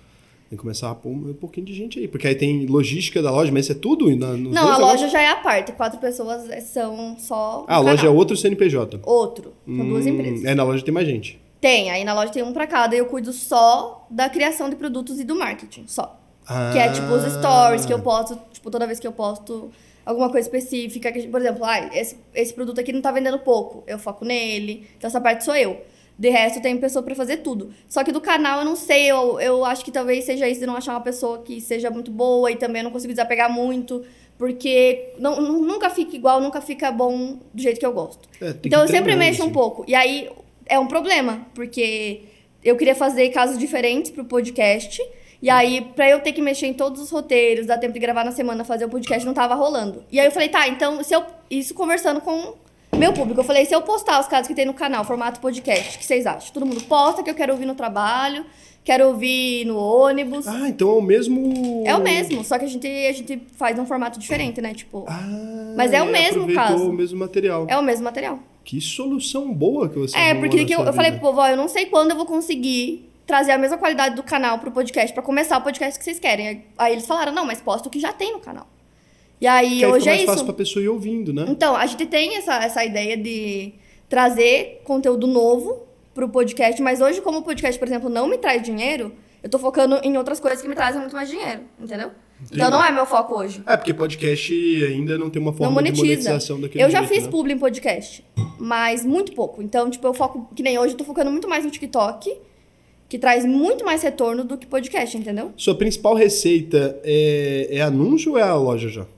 Tem que começar a pôr um pouquinho de gente aí. Porque aí tem logística da loja, mas isso é tudo? Não, a loja já é a parte. 4 pessoas são só. A loja é outro CNPJ? Outro. São 2 empresas. Na loja tem mais gente. Tem, aí na loja tem um pra cada e eu cuido só da criação de produtos e do marketing, só. Que é tipo os stories que eu posto, tipo, toda vez que eu posto alguma coisa específica, que, por exemplo, esse produto aqui não tá vendendo pouco, eu foco nele, então essa parte sou eu. De resto, tem pessoa pra fazer tudo. Só que do canal, eu não sei, eu acho que talvez seja isso de não achar uma pessoa que seja muito boa e também eu não consigo desapegar muito, porque nunca fica igual, nunca fica bom do jeito que eu gosto. Então eu sempre mexo um pouco. E aí é um problema, porque eu queria fazer casos diferentes pro podcast, e aí pra eu ter que mexer em todos os roteiros, dar tempo de gravar na semana, fazer o podcast, não tava rolando. E aí eu falei, tá, então, isso conversando com meu público, eu falei, se eu postar os casos que tem no canal, formato podcast, o que vocês acham? Todo mundo posta, que eu quero ouvir no trabalho, quero ouvir no ônibus. Então é o mesmo... É o mesmo, só que a gente faz um formato diferente, né? Tipo, mas é o mesmo caso. O mesmo material. É o mesmo material. Que solução boa que você porque eu falei, pô, vó, eu não sei quando eu vou conseguir trazer a mesma qualidade do canal pro podcast, pra começar o podcast que vocês querem. Aí eles falaram, não, mas posta o que já tem no canal. E aí, hoje é isso. É mais fácil pra pessoa ir ouvindo, né? Então, a gente tem essa ideia de trazer conteúdo novo pro podcast, mas hoje, como o podcast, por exemplo, não me traz dinheiro, eu tô focando em outras coisas que me trazem muito mais dinheiro, entendeu? Então não é meu foco hoje. Porque podcast ainda não tem uma forma de monetização daquele Eu já jeito, fiz né? publi em podcast, mas muito pouco. Então, tipo, eu foco, que nem hoje, eu tô focando muito mais no TikTok, que traz muito mais retorno do que podcast, entendeu? Sua principal receita é anúncio ou é a loja já?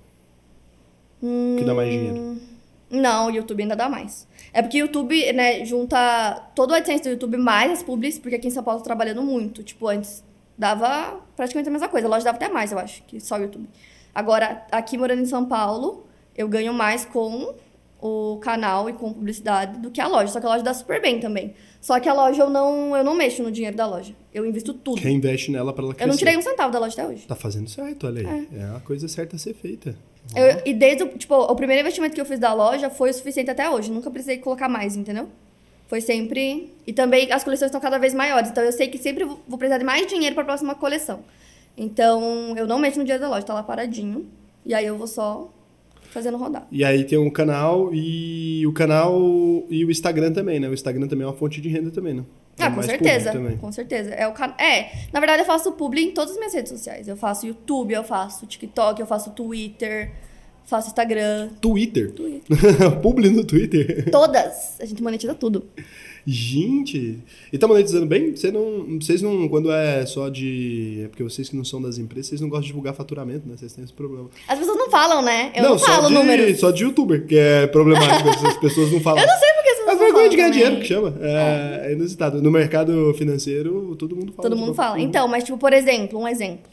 Que dá mais dinheiro? Não, o YouTube ainda dá mais. É porque o YouTube, né, junta todo o AdSense do YouTube mais as publis, porque aqui em São Paulo eu tô trabalhando muito. Tipo, antes dava praticamente a mesma coisa. A loja dava até mais, eu acho, que só o YouTube. Agora, aqui morando em São Paulo, eu ganho mais com o canal e com publicidade do que a loja. Só que a loja dá super bem também. Só que a loja eu não mexo no dinheiro da loja. Eu invisto tudo. Quem investe nela pra ela crescer. Eu não tirei um centavo da loja até hoje. Tá fazendo certo, olha aí. É a coisa certa a ser feita. E desde o primeiro investimento que eu fiz da loja foi o suficiente até hoje. Nunca precisei colocar mais, entendeu? Foi sempre... E também as coleções estão cada vez maiores. Então eu sei que sempre vou precisar de mais dinheiro pra próxima coleção. Então eu não mexo no dinheiro da loja. Tá lá paradinho. E aí eu vou só fazendo rodar. E aí tem um canal e o Instagram também, né? O Instagram também é uma fonte de renda também, né? Com certeza. Com certeza. Na verdade eu faço publi em todas as minhas redes sociais. Eu faço YouTube, eu faço TikTok, eu faço Twitter, faço Instagram. Twitter? Publi no Twitter? Todas. A gente monetiza tudo. Gente, e tá monetizando bem? Vocês não, quando é só de... É porque vocês que não são das empresas, vocês não gostam de divulgar faturamento, né? Vocês têm esse problema. As pessoas não falam, né? Eu não falo números. Só de youtuber, que é problemático, as pessoas não falam. Eu não sei porque vocês não falam. É vergonha de ganhar dinheiro, que chama. É inusitado. No mercado financeiro, todo mundo fala. Todo mundo fala. Então, mas tipo, por exemplo, um exemplo.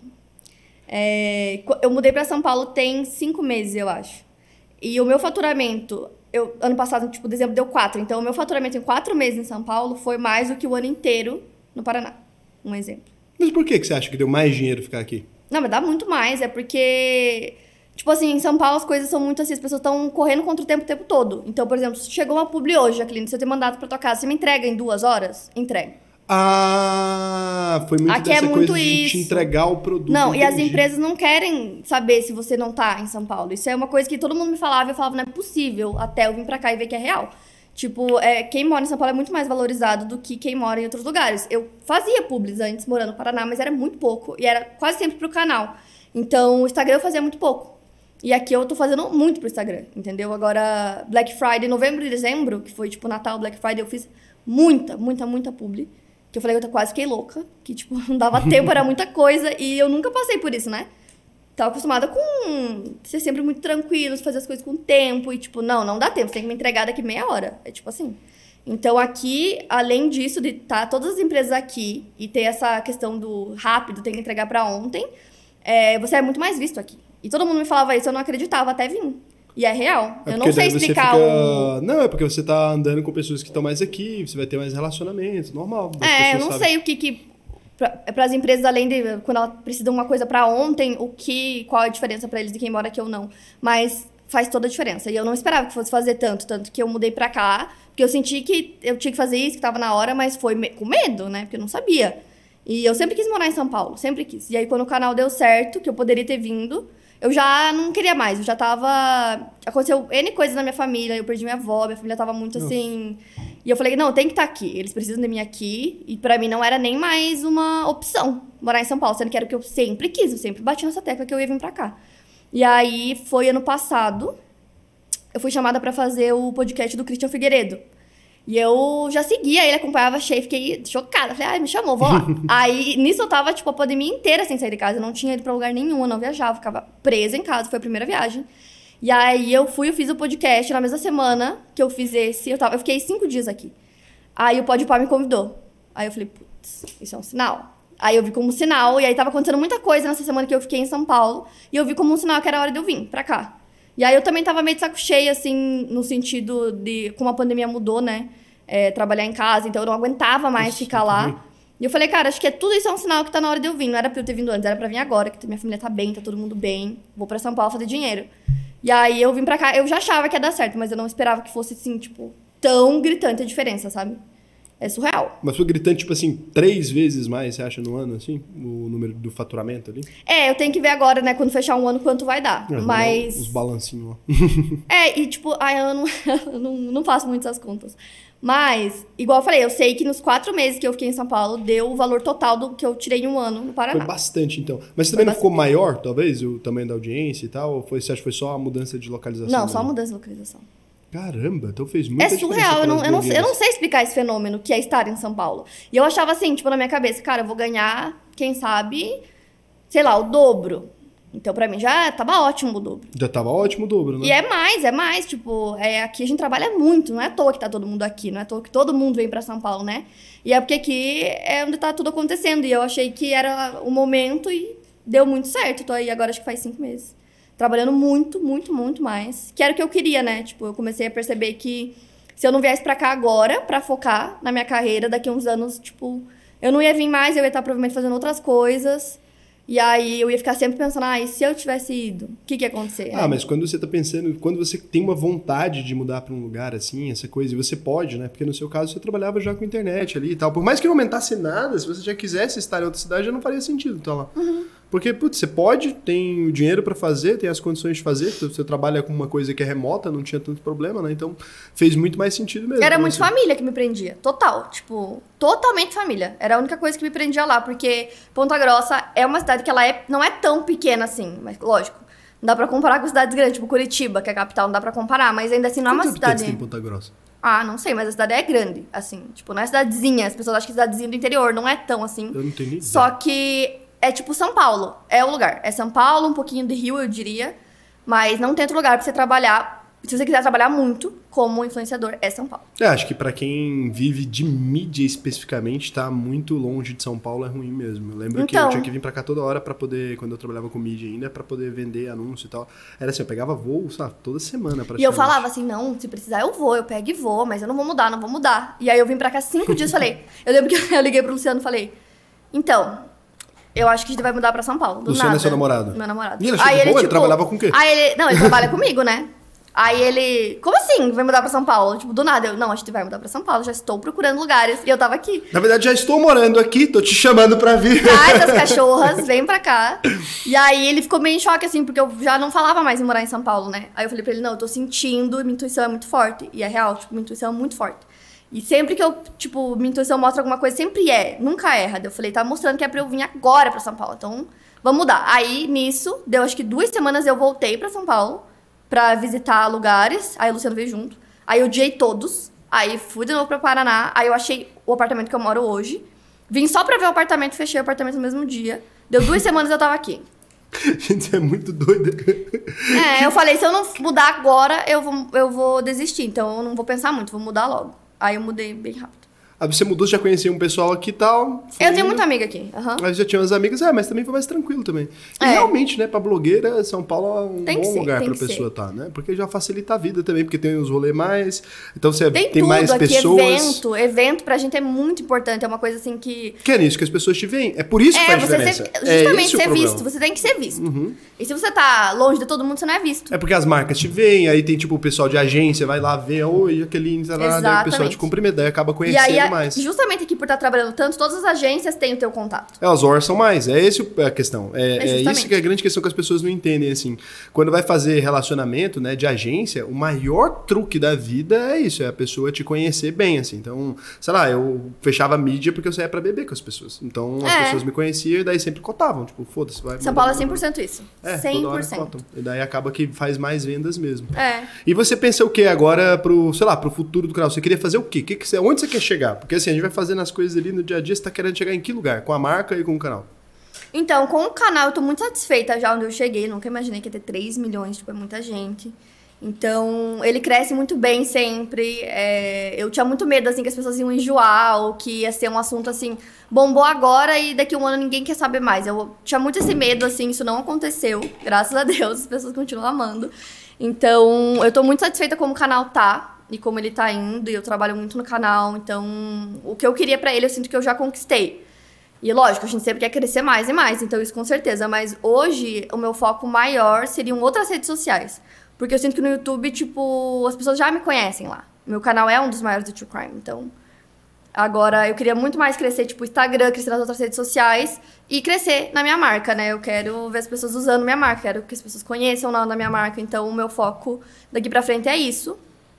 Eu mudei pra São Paulo tem 5 meses, eu acho. E o meu faturamento... ano passado, tipo, dezembro deu 4. Então, o meu faturamento em 4 meses em São Paulo foi mais do que o ano inteiro no Paraná. Um exemplo. Mas por que você acha que deu mais dinheiro ficar aqui? Não, mas dá muito mais. É porque, tipo assim, em São Paulo as coisas são muito assim, as pessoas estão correndo contra o tempo todo. Então, por exemplo, se chegou uma publi hoje, Jacqueline, se eu ter mandado pra tua casa, você me entrega em 2 horas? Entrega. Foi muito aqui dessa muito coisa de te entregar o produto. Não, e as empresas não querem saber se você não tá em São Paulo. Isso é uma coisa que todo mundo me falava e eu falava, não é possível, até eu vir pra cá e ver que é real. Tipo, quem mora em São Paulo é muito mais valorizado do que quem mora em outros lugares. Eu fazia publis antes, morando no Paraná, mas era muito pouco. E era quase sempre pro canal. Então, o Instagram eu fazia muito pouco. E aqui eu tô fazendo muito pro Instagram, entendeu? Agora, Black Friday, novembro e dezembro, que foi tipo Natal, Black Friday, eu fiz muita publi. Que eu falei, eu quase fiquei louca. Que, tipo, não dava tempo, era muita coisa. E eu nunca passei por isso, né? Tava acostumada com ser sempre muito tranquilo, fazer as coisas com tempo. E, tipo, não dá tempo. Você tem que me entregar daqui meia hora. É tipo assim. Então, aqui, além disso, de estar todas as empresas aqui e ter essa questão do rápido, tem que entregar pra ontem, você é muito mais visto aqui. E todo mundo me falava isso, eu não acreditava até vir. E é real. Eu não sei explicar Não, é porque você tá andando com pessoas que estão mais aqui, você vai ter mais relacionamentos, normal. Eu não sei o que para as empresas, além de quando elas precisam de uma coisa para ontem, qual a diferença para eles de quem mora aqui ou não. Mas faz toda a diferença. E eu não esperava que fosse fazer tanto que eu mudei para cá, porque eu senti que eu tinha que fazer isso, que tava na hora, mas foi com medo, né? Porque eu não sabia. E eu sempre quis morar em São Paulo, sempre quis. E aí, quando o canal deu certo, que eu poderia ter vindo, eu já não queria mais. Eu já tava... Aconteceu N coisas na minha família, eu perdi minha avó, minha família tava muito assim... E eu falei, não, tem que estar aqui, eles precisam de mim aqui. E pra mim não era nem mais uma opção morar em São Paulo, sendo que era o que eu sempre quis, eu sempre bati nessa tecla que eu ia vir pra cá. E aí, foi ano passado, eu fui chamada pra fazer o podcast do Christian Figueiredo. E eu já seguia ele, acompanhava, achei, fiquei chocada. Falei, ai, me chamou, vou lá. Aí, nisso eu tava, tipo, a pandemia inteira sem sair de casa. Eu não tinha ido pra lugar nenhum, eu não viajava, ficava presa em casa. Foi a primeira viagem. E aí, eu fiz o podcast na mesma semana que eu fiz esse. Eu fiquei 5 dias aqui. Aí, o Podpah me convidou. Aí, eu falei, putz, isso é um sinal. Aí, eu vi como um sinal. E aí, tava acontecendo muita coisa nessa semana que eu fiquei em São Paulo. E eu vi como um sinal que era a hora de eu vir pra cá. E aí, eu também tava meio de saco cheio, assim, no sentido de como a pandemia mudou, né? Trabalhar em casa, então eu não aguentava mais ficar lá. E eu falei, cara, acho que tudo isso é um sinal que tá na hora de eu vir. Não era pra eu ter vindo antes, era pra vir agora, que minha família tá bem, tá todo mundo bem. Vou pra São Paulo fazer dinheiro. E aí eu vim pra cá, eu já achava que ia dar certo, mas eu não esperava que fosse, assim, tipo, tão gritante a diferença, sabe? É surreal. Mas foi gritante, tipo assim, 3 vezes mais, você acha, no ano, assim? O número do faturamento ali? Eu tenho que ver agora, né, quando fechar um ano, quanto vai dar. Mas... Os balancinhos lá. E tipo, eu não faço muito essas contas. Mas, igual eu falei, eu sei que nos 4 meses que eu fiquei em São Paulo, deu o valor total do que eu tirei em um ano no Paraná. Foi bastante, então. Mas você também não ficou maior, talvez, o tamanho da audiência e tal? Ou você acha que foi só a mudança de localização? Não, só a mudança de localização. Caramba, então fez muita diferença. É surreal, eu não sei explicar esse fenômeno que é estar em São Paulo. E eu achava assim, tipo, na minha cabeça, cara, eu vou ganhar, quem sabe, sei lá, o dobro. Então, pra mim, já tava ótimo o dobro. Já tava ótimo o dobro, né? E é mais, tipo, aqui a gente trabalha muito, não é à toa que tá todo mundo aqui, não é à toa que todo mundo vem pra São Paulo, né? E é porque aqui é onde tá tudo acontecendo, e eu achei que era o momento e deu muito certo. Tô aí agora, acho que faz 5 meses. Trabalhando muito, muito, muito mais. Que era o que eu queria, né? Tipo, eu comecei a perceber que se eu não viesse pra cá agora, pra focar na minha carreira, daqui a uns anos, tipo, eu não ia vir mais, eu ia estar provavelmente fazendo outras coisas. E aí eu ia ficar sempre pensando, e se eu tivesse ido, o que ia acontecer? Mas quando você tá pensando, quando você tem uma vontade de mudar pra um lugar assim, essa coisa, e você pode, né? Porque no seu caso você trabalhava já com internet ali e tal. Por mais que não aumentasse nada, se você já quisesse estar em outra cidade, já não faria sentido estar lá. Uhum. Porque, putz, você pode, tem o dinheiro pra fazer, tem as condições de fazer, você trabalha com uma coisa que é remota, não tinha tanto problema, né? Então, fez muito mais sentido mesmo. Era muito família que me prendia, total, tipo, totalmente família. Era a única coisa que me prendia lá, porque Ponta Grossa é uma cidade que ela não é tão pequena assim, mas lógico, não dá pra comparar com cidades grandes, tipo Curitiba, que é a capital, não dá pra comparar, mas ainda assim não é uma cidade... Tem Ponta Grossa? Não sei, mas a cidade é grande, assim, tipo, não é cidadezinha, as pessoas acham que é cidadezinha do interior, não é tão assim. Eu não tenho nem ideia. Só que... é tipo São Paulo, é o lugar. É São Paulo, um pouquinho de Rio, eu diria. Mas não tem outro lugar pra você trabalhar. Se você quiser trabalhar muito como influenciador, é São Paulo. Acho que pra quem vive de mídia especificamente, tá muito longe de São Paulo é ruim mesmo. Eu lembro que eu tinha que vir pra cá toda hora pra poder, quando eu trabalhava com mídia ainda, pra poder vender anúncio e tal. Era assim, eu pegava voo, sabe, toda semana praticamente. E eu falava assim, não, se precisar eu pego e vou, mas eu não vou mudar. E aí eu vim pra cá 5 dias e falei... Eu lembro que eu liguei pro Luciano e falei... Então... eu acho que a gente vai mudar pra São Paulo. Luciano é seu namorado? Meu namorado. E ele achou de boa? Ele trabalhava com o quê? Não, ele trabalha comigo, né? Aí ele... como assim vai mudar pra São Paulo? Tipo, do nada. Não, a gente vai mudar pra São Paulo. Já estou procurando lugares. E eu tava aqui. Na verdade, já estou morando aqui. Tô te chamando pra vir. Traz as cachorras, vem pra cá. E aí ele ficou meio em choque, assim, porque eu já não falava mais em morar em São Paulo, né? Aí eu falei pra ele, não, eu tô sentindo, minha intuição é muito forte. E é real, tipo, minha intuição é muito forte. E sempre que eu, tipo, minha intuição mostra alguma coisa, sempre nunca erra. Eu falei, tá mostrando que é pra eu vir agora pra São Paulo, então vamos mudar. Aí, nisso, deu acho que 2 semanas eu voltei pra São Paulo pra visitar lugares, aí o Luciano veio junto. Aí eu odiei todos, aí fui de novo pra Paraná, aí eu achei o apartamento que eu moro hoje. Vim só pra ver o apartamento, fechei o apartamento no mesmo dia. Deu 2 semanas e eu tava aqui. Gente, é muito doida. Eu falei, se eu não mudar agora, eu vou desistir. Então eu não vou pensar muito, vou mudar logo. Aí eu mudei bem rápido. Você mudou, já conhecia um pessoal aqui e tal? Eu tenho muita amiga aqui. Mas já tinha umas amigas, mas também foi mais tranquilo também. E realmente, né, pra blogueira, São Paulo é um bom lugar pra pessoa estar, né? Porque já facilita a vida também, porque tem os rolês mais, então você tem mais aqui, pessoas. Evento pra gente é muito importante, é uma coisa assim que... Que é nisso que as pessoas te veem, é por isso que faz diferença. Justamente ser visto, você tem que ser visto. Uhum. E se você tá longe de todo mundo, você não é visto. É porque as marcas te veem, aí tem tipo o pessoal de agência, vai lá ver, oi, Jaqueline, daí o pessoal te cumprimenta, daí acaba conhecendo. mais. Justamente aqui por estar trabalhando tanto, todas as agências têm o teu contato. Elas orçam mais, é essa a questão. É justamente. isso que é a grande questão que as pessoas não entendem, assim. Quando vai fazer relacionamento, né, de agência, o maior truque da vida é isso, é a pessoa te conhecer bem, assim. Então, sei lá, eu fechava a mídia porque eu saía pra beber com as pessoas. Então, as pessoas me conheciam e daí sempre cotavam, tipo, foda-se, vai... São Paulo é 100% isso. 100%. E daí acaba que faz mais vendas mesmo. É. E você pensa o que agora pro, sei lá, pro futuro do canal? Você queria fazer o quê? Onde você quer chegar? Porque assim, a gente vai fazendo as coisas ali no dia a dia, você tá querendo chegar em que lugar? Com a marca e com o canal? Então, com o canal eu tô muito satisfeita já onde eu cheguei. Nunca imaginei que ia ter 3 milhões, tipo, é muita gente. Então, ele cresce muito bem sempre. Eu tinha muito medo, assim, que as pessoas iam enjoar ou que ia ser um assunto, assim, bombou agora e daqui a um ano ninguém quer saber mais. Eu tinha muito esse medo, assim, isso não aconteceu. Graças a Deus, as pessoas continuam amando. Então, eu tô muito satisfeita como o canal tá e como ele tá indo. E eu trabalho muito no canal, então o que eu queria pra ele eu sinto que eu já conquistei. E lógico, a gente sempre quer crescer mais e mais, então isso com certeza. Mas hoje, o meu foco maior seriam outras redes sociais. Porque eu sinto que no YouTube, tipo, as pessoas já me conhecem lá. Meu canal é um dos maiores do True Crime, então... Agora, eu queria muito mais crescer, tipo, Instagram, crescer nas outras redes sociais e crescer na minha marca, né? Eu quero ver as pessoas usando minha marca, quero que as pessoas conheçam na minha marca. Então, o meu foco daqui pra frente é isso.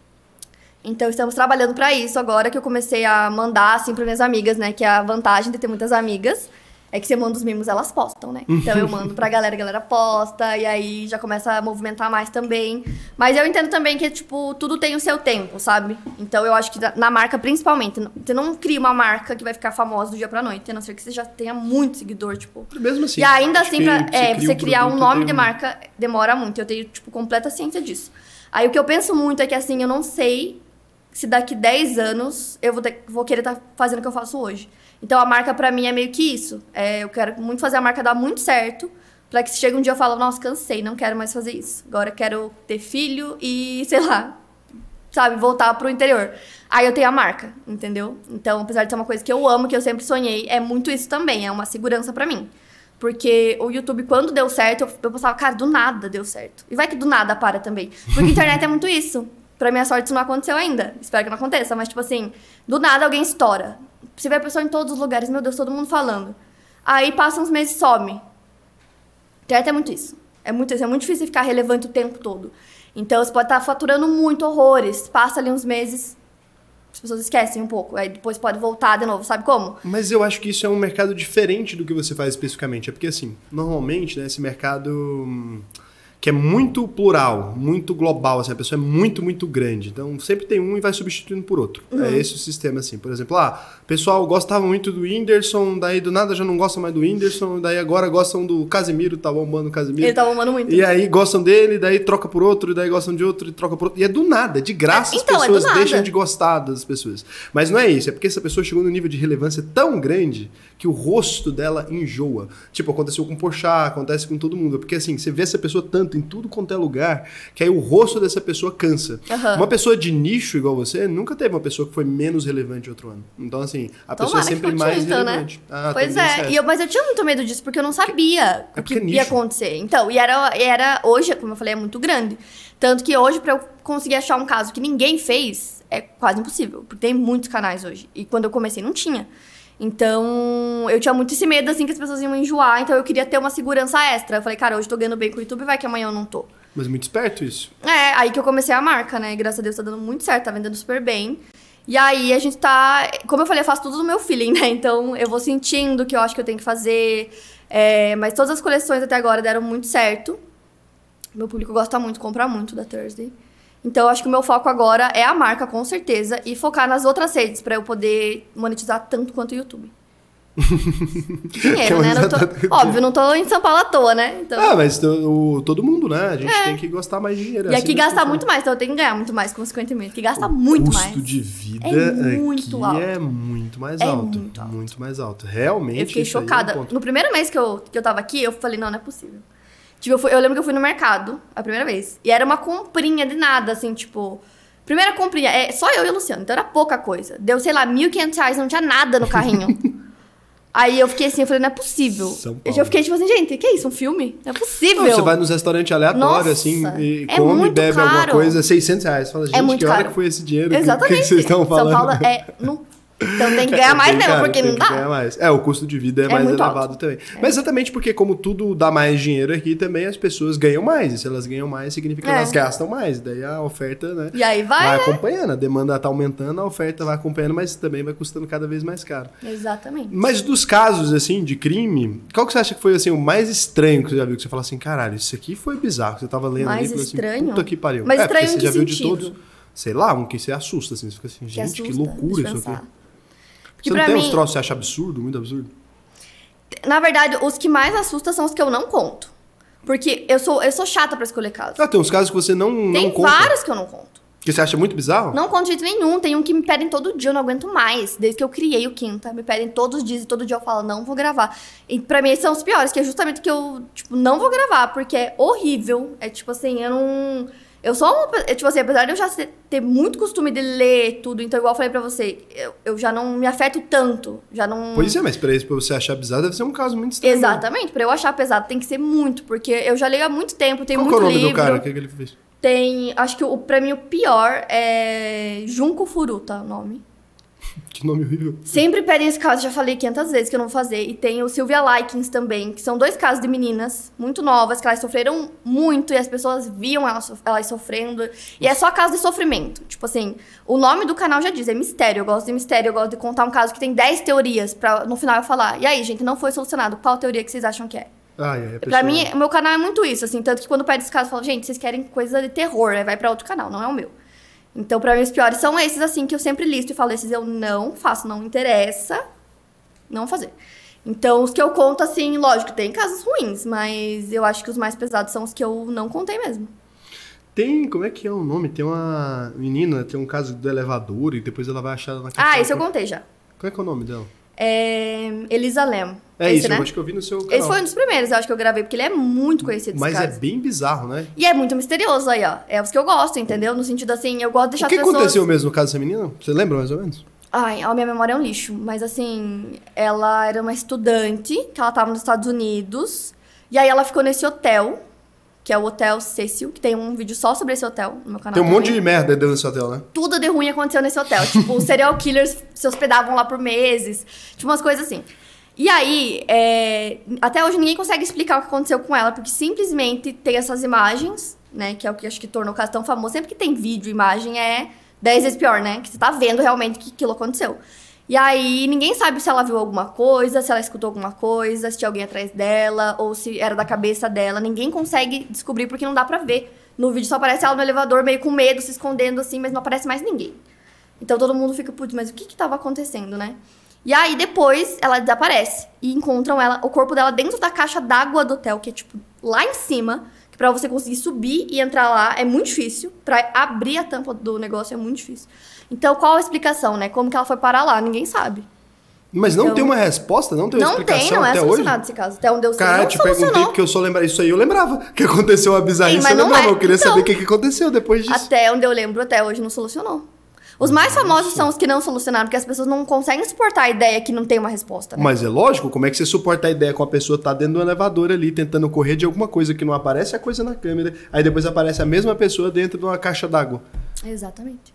Então, estamos trabalhando pra isso agora que eu comecei a mandar, assim, para minhas amigas, né? Que é a vantagem de ter muitas amigas. É que você manda os mimos, elas postam, né? Então eu mando pra galera, a galera posta, e aí já começa a movimentar mais também. Mas eu entendo também que, tipo, tudo tem o seu tempo, sabe? Então eu acho que na marca, principalmente, você não cria uma marca que vai ficar famosa do dia pra noite, a não ser que você já tenha muito seguidor, tipo. Mesmo assim. E ainda assim, você criar um nome de tem marca demora muito. Eu tenho, tipo, completa ciência disso. Aí o que eu penso muito é que, assim, eu não sei se daqui 10 anos eu vou querer estar fazendo o que eu faço hoje. Então, a marca, pra mim, é meio que isso. Eu quero muito fazer a marca dar muito certo, pra que se chegue um dia eu falo, nossa, cansei, não quero mais fazer isso. Agora eu quero ter filho e, sei lá, sabe, voltar pro interior. Aí eu tenho a marca, entendeu? Então, apesar de ser uma coisa que eu amo, que eu sempre sonhei, é muito isso também, é uma segurança pra mim. Porque o YouTube, quando deu certo, eu pensava, cara, do nada deu certo. E vai que do nada para também. Porque a internet é muito isso. Pra minha sorte, isso não aconteceu ainda. Espero que não aconteça. Mas, tipo assim, do nada alguém estoura. Você vê a pessoa em todos os lugares. Meu Deus, todo mundo falando. Aí passa uns meses e some. Internet é muito isso. É muito isso. É muito difícil ficar relevante o tempo todo. Então, você pode estar faturando muito, horrores. Passa ali uns meses, as pessoas esquecem um pouco. Aí depois pode voltar de novo. Sabe como? Mas eu acho que isso é um mercado diferente do que você faz especificamente. É porque, assim, normalmente, né, esse mercado... que é muito plural, muito global, assim, a pessoa é muito, muito grande. Então, sempre tem um e vai substituindo por outro. É esse o sistema, assim. Por exemplo, o pessoal gostava muito do Whindersson, daí do nada já não gosta mais do Whindersson, daí agora gostam do Casemiro, tá bombando o Casemiro. Ele tá bombando muito. E aí gostam dele, daí troca por outro, e daí gostam de outro, e troca por outro. E é do nada, de graça as pessoas deixam de gostar das pessoas. Mas não é isso, é porque essa pessoa chegou num nível de relevância tão grande que o rosto dela enjoa. Tipo, aconteceu com o Porchat, acontece com todo mundo. Porque assim, você vê essa pessoa tanto em tudo quanto é lugar, que aí o rosto dessa pessoa cansa. Uma pessoa de nicho igual você, nunca teve uma pessoa que foi menos relevante outro ano. Então assim, a pessoa é sempre mais relevante. Né? Pois é, mas eu tinha muito medo disso, porque eu não sabia o que ia acontecer. Então, e era hoje, como eu falei, é muito grande. Tanto que hoje, pra eu conseguir achar um caso que ninguém fez, é quase impossível. Porque tem muitos canais hoje. E quando eu comecei, não tinha. Então, eu tinha muito esse medo, assim, que as pessoas iam enjoar. Então, eu queria ter uma segurança extra. Eu falei, cara, hoje eu tô ganhando bem com o YouTube, vai que amanhã eu não tô. Mas muito esperto isso. Aí que eu comecei a marca, né? Graças a Deus tá dando muito certo, tá vendendo super bem. E aí, a gente tá... Como eu falei, eu faço tudo no meu feeling, né? Então, eu vou sentindo o que eu acho que eu tenho que fazer. Mas todas as coleções até agora deram muito certo. Meu público gosta muito, compra muito da Thursday. Então, eu acho que o meu foco agora é a marca, com certeza, e focar nas outras redes pra eu poder monetizar tanto quanto o YouTube. Dinheiro, né? Óbvio, não tô em São Paulo à toa, né? Então... mas todo mundo, né? A gente tem que gastar mais dinheiro. E aqui gasta muito mais, então eu tenho que ganhar muito mais, consequentemente. Que gasta muito mais. O custo de vida muito aqui alto. É muito mais alto. Muito mais alto. Realmente. Eu fiquei chocada. No primeiro mês que eu tava aqui, eu falei, não é possível. Tipo, eu lembro que eu fui no mercado a primeira vez. E era uma comprinha de nada, assim, tipo... Primeira comprinha, só eu e o Luciano, então era pouca coisa. Deu, sei lá, R$1.500, não tinha nada no carrinho. Aí eu fiquei assim, eu falei, não é possível. Eu fiquei tipo assim, gente, que é isso, um filme? Não é possível. Não, você vai nos restaurantes aleatórios, assim, e come, bebe caro. Alguma coisa, R$600. Fala, gente, que hora que foi esse dinheiro? Exatamente. Que vocês estão falando? São Paulo Então tem que ganhar mais mesmo, caro, porque tem não que dá. ganhar mais. O custo de vida é mais muito elevado alto. também. Mas exatamente porque como tudo dá mais dinheiro aqui, também as pessoas ganham mais. E se elas ganham mais, significa que elas gastam mais. Daí a oferta, né? E aí vai, né? acompanhando. A demanda tá aumentando, a oferta vai acompanhando, mas também vai custando cada vez mais caro. Exatamente. Mas dos casos, assim, de crime, qual que você acha que foi, assim, o mais estranho que você já viu? Que você fala assim, caralho, isso aqui foi bizarro. Você tava lendo Mais ali e falou estranho? assim, puta que pariu. Mas estranho porque em você já que viu de sentido? todos. Sei lá, um que você assusta, assim. Você fica assim, gente, que loucura isso aqui. Porque Você não pra tem mim, uns troços que você acha absurdo, muito absurdo? na verdade, os que mais assustam são os que eu não conto. Porque eu sou chata pra escolher casos. Tem uns casos que você não Tem conta. vários que eu não conto. Que você acha muito bizarro? Não conto de jeito nenhum. Tem um que me pedem todo dia, eu não aguento mais. Desde que eu criei o Quinta. Me pedem todos os dias e todo dia eu falo, não vou gravar. E pra mim esses são os piores, que é justamente que eu, tipo, não vou gravar, porque é horrível. É tipo assim, eu não... Eu sou uma... Tipo assim, apesar de eu já ter muito costume de ler tudo, então igual eu falei pra você, eu já não me afeto tanto. Já não... Pois é, mas pra você achar bizarro deve ser um caso muito estranho. Exatamente. Pra eu achar pesado tem que ser muito, porque eu já leio há muito tempo, tem Qual muito que é o nome livro. do cara? O que ele fez? Tem... Acho que pra mim o pior é... Junko Furuta, o nome. Que nome horrível. Sempre pedem esse caso, já falei 500 vezes que eu não vou fazer. E tem o Sylvia Likens também, que são 2 casos de meninas muito novas, que elas sofreram muito e as pessoas viam elas sofrendo. E é só caso de sofrimento. Tipo assim, o nome do canal já diz, é mistério. Eu gosto de mistério, eu gosto de contar um caso que tem 10 teorias pra no final eu falar. E aí, gente, não foi solucionado. Qual teoria que vocês acham que é? Pra mim, o meu canal é muito isso, assim. Tanto que quando pede esse caso, eu falo, gente, vocês querem coisa de terror, aí vai pra outro canal, não é o meu. Então, pra mim, os piores são esses, assim, que eu sempre listo e falo, esses eu não faço, não interessa, não fazer. Então, os que eu conto, assim, lógico, tem casos ruins, mas eu acho que os mais pesados são os que eu não contei mesmo. Tem, como é que é o nome? Tem uma menina, tem um caso do elevador e depois ela vai achar na caixa. Esse eu contei já. Qual é que é o nome dela? É Elisa Lam. É Esse, isso, né? eu acho que eu vi no seu canal. Esse foi um dos primeiros, eu acho que eu gravei, porque ele é muito conhecido, esse Mas caso. é bem bizarro, né? E é muito misterioso aí, ó. É os que eu gosto, entendeu? No sentido, assim, eu gosto de deixar O que as pessoas... aconteceu mesmo no caso dessa menina? Você lembra mais ou menos? Ai, a minha memória é um lixo. Mas, assim, ela era uma estudante, que ela tava nos Estados Unidos. E aí ela ficou nesse hotel, que é o Hotel Cecil, que tem um vídeo só sobre esse hotel no meu canal. Tem um monte de também. merda dentro desse hotel, né? Tudo de ruim aconteceu nesse hotel. Tipo, os serial killers se hospedavam lá por meses. Tipo, umas coisas assim. E aí, até hoje ninguém consegue explicar o que aconteceu com ela, porque simplesmente tem essas imagens, né? Que é o que acho que tornou o caso tão famoso. Sempre que tem vídeo, imagem, é 10 vezes pior, né? Que você tá vendo realmente que aquilo aconteceu. E aí, ninguém sabe se ela viu alguma coisa, se ela escutou alguma coisa, se tinha alguém atrás dela, ou se era da cabeça dela. Ninguém consegue descobrir, porque não dá pra ver. No vídeo só aparece ela no elevador, meio com medo, se escondendo assim, mas não aparece mais ninguém. Então todo mundo fica, putz, mas o que tava acontecendo, né? E aí, depois, ela desaparece. E encontram ela, o corpo dela dentro da caixa d'água do hotel, que é, tipo, lá em cima. Que pra você conseguir subir e entrar lá é muito difícil. Pra abrir a tampa do negócio é muito difícil. Então, qual a explicação, né? Como que ela foi parar lá? Ninguém sabe. Mas não Então, tem uma resposta? Não tem uma explicação não é até hoje? solucionado esse caso. Até onde eu sei, Cara, não eu te perguntei solucionou. porque eu só lembrava. Isso aí eu lembrava. Que aconteceu uma bizarrice, Sim, mas eu não lembrava. é. Eu queria Então, saber o que aconteceu depois disso. Até onde eu lembro, até hoje não solucionou. Os mais famosos são os que não solucionaram, porque as pessoas não conseguem suportar a ideia que não tem uma resposta, né? Mas é lógico, como é que você suporta a ideia com a pessoa tá dentro do elevador ali, tentando correr de alguma coisa que não aparece a coisa na câmera, aí depois aparece a mesma pessoa dentro de uma caixa d'água. Exatamente.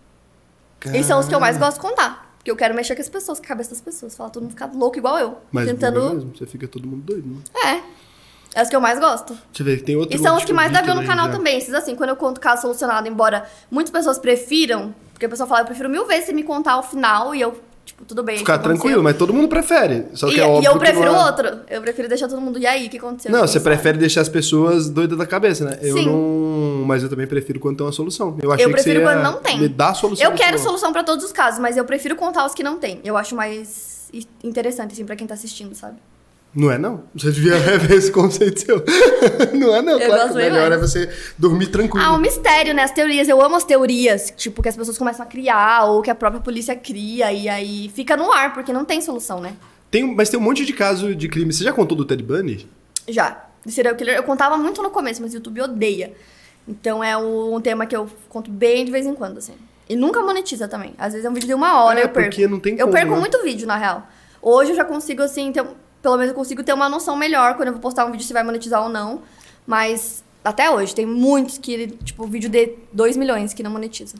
E são os que eu mais gosto de contar. Porque eu quero mexer com as pessoas, com a cabeça das pessoas. Falar todo mundo ficar louco igual eu. Mas tentando... mesmo, você fica todo mundo doido, né? É os que eu mais gosto. Deixa eu ver, tem outro... E são os que mais dá view no também, canal já. também. Esses assim, quando eu conto caso solucionado, embora muitas pessoas prefiram, porque a pessoa fala, eu prefiro 1000 vezes você me contar o final e eu, tipo, tudo bem. Ficar o que aconteceu. tranquilo, mas todo mundo prefere. Só que E, é óbvio e eu que prefiro não é... outro. Eu prefiro deixar todo mundo, e aí, o que aconteceu? Não, Ninguém você sabe. prefere deixar as pessoas doidas da cabeça, né? Eu Sim. não... Mas eu também prefiro quando tem uma solução. Eu achei Eu prefiro que você quando ia não tem. me dar a solução. Eu quero no final. solução pra todos os casos, mas eu prefiro contar os que não tem. Eu acho mais interessante, assim, pra quem tá assistindo, sabe? Não é não? Você devia rever esse conceito seu. Não é não, Eu claro que gosto o melhor mais. é você dormir tranquilo. Um mistério, né? As teorias. Eu amo as teorias, tipo, que as pessoas começam a criar, ou que a própria polícia cria, e aí fica no ar, porque não tem solução, né? Mas tem um monte de caso de crime. Você já contou do Ted Bundy? Já. De serial killer, eu contava muito no começo, mas o YouTube odeia. Então é um tema que eu conto bem de vez em quando, assim. E nunca monetiza também. Às vezes é um vídeo de 1 hora, eu perco. porque não tem Eu como, perco né? muito vídeo, na real. Hoje eu já consigo, assim, pelo menos eu consigo ter uma noção melhor quando eu vou postar um vídeo se vai monetizar ou não. Mas até hoje, tem muitos que, tipo, vídeo de 2 milhões que não monetiza.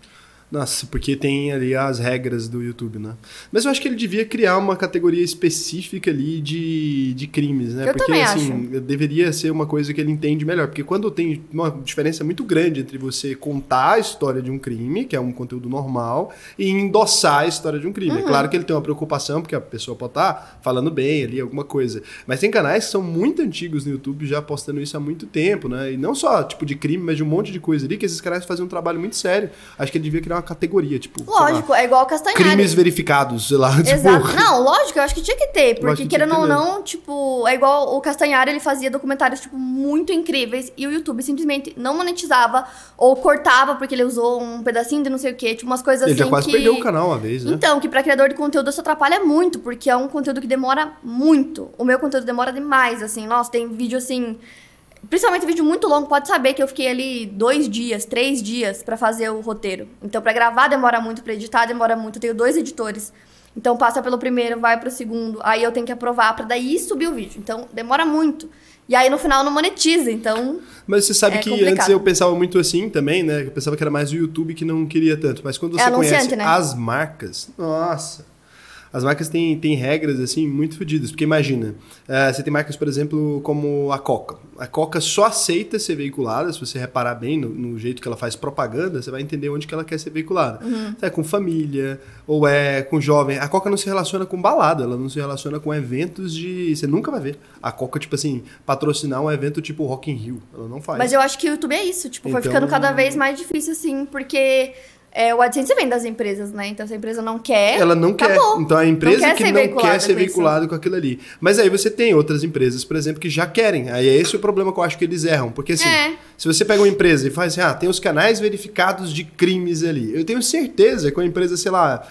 Nossa, porque tem ali as regras do YouTube, né? Mas eu acho que ele devia criar uma categoria específica ali de crimes, né? Eu porque, também assim, deveria ser uma coisa que ele entende melhor. Porque quando tem uma diferença muito grande entre você contar a história de um crime, que é um conteúdo normal, e endossar a história de um crime. É claro que ele tem uma preocupação, porque a pessoa pode estar falando bem ali, alguma coisa. Mas tem canais que são muito antigos no YouTube já postando isso há muito tempo, né? E não só, tipo, de crime, mas de um monte de coisa ali, que esses canais fazem um trabalho muito sério. Acho que ele devia criar uma categoria, tipo... Lógico, é igual o Castanhari. Crimes verificados, sei lá. Exato. Tipo... Não, lógico, eu acho que tinha que ter. Porque, que querendo tinha ou que ter não, tipo... É igual o Castanhari, ele fazia documentários, tipo, muito incríveis. E o YouTube simplesmente não monetizava. Ou cortava porque ele usou um pedacinho de não sei o quê. Tipo, umas coisas assim Ele já quase perdeu o canal uma vez, né? Então, que pra criador de conteúdo isso atrapalha muito. Porque é um conteúdo que demora muito. O meu conteúdo demora demais, assim. Nossa, tem vídeo, assim... Principalmente vídeo muito longo, pode saber que eu fiquei ali 2 dias, 3 dias pra fazer o roteiro. Então, pra gravar demora muito, pra editar demora muito. Eu tenho 2 editores. Então, passa pelo primeiro, vai pro segundo. Aí eu tenho que aprovar pra daí subir o vídeo. Então, demora muito. E aí, no final, não monetiza. Então, mas você sabe que complicado. antes eu pensava muito assim também, né? Eu pensava que era mais o YouTube que não queria tanto. Mas quando você conhece, né, as marcas... Nossa... As marcas têm regras, assim, muito fodidas. Porque imagina, você tem marcas, por exemplo, como a Coca. A Coca só aceita ser veiculada, se você reparar bem no jeito que ela faz propaganda, você vai entender onde que ela quer ser veiculada. Se é com família, ou é com jovem. A Coca não se relaciona com balada, ela não se relaciona com eventos de... Você nunca vai ver a Coca, tipo assim, patrocinar um evento tipo Rock in Rio. Ela não faz. Mas eu acho que o YouTube é isso. Tipo, foi ficando cada vez mais difícil, assim, porque... o AdSense vem das empresas, né? Então, se a empresa não quer... Ela não quer. Então, a empresa que não quer ser veiculada com aquilo ali. Mas aí você tem outras empresas, por exemplo, que já querem. Aí é esse o problema que eu acho que eles erram. Porque assim, se você pega uma empresa e faz assim, tem os canais verificados de crimes ali. Eu tenho certeza que uma empresa, sei lá...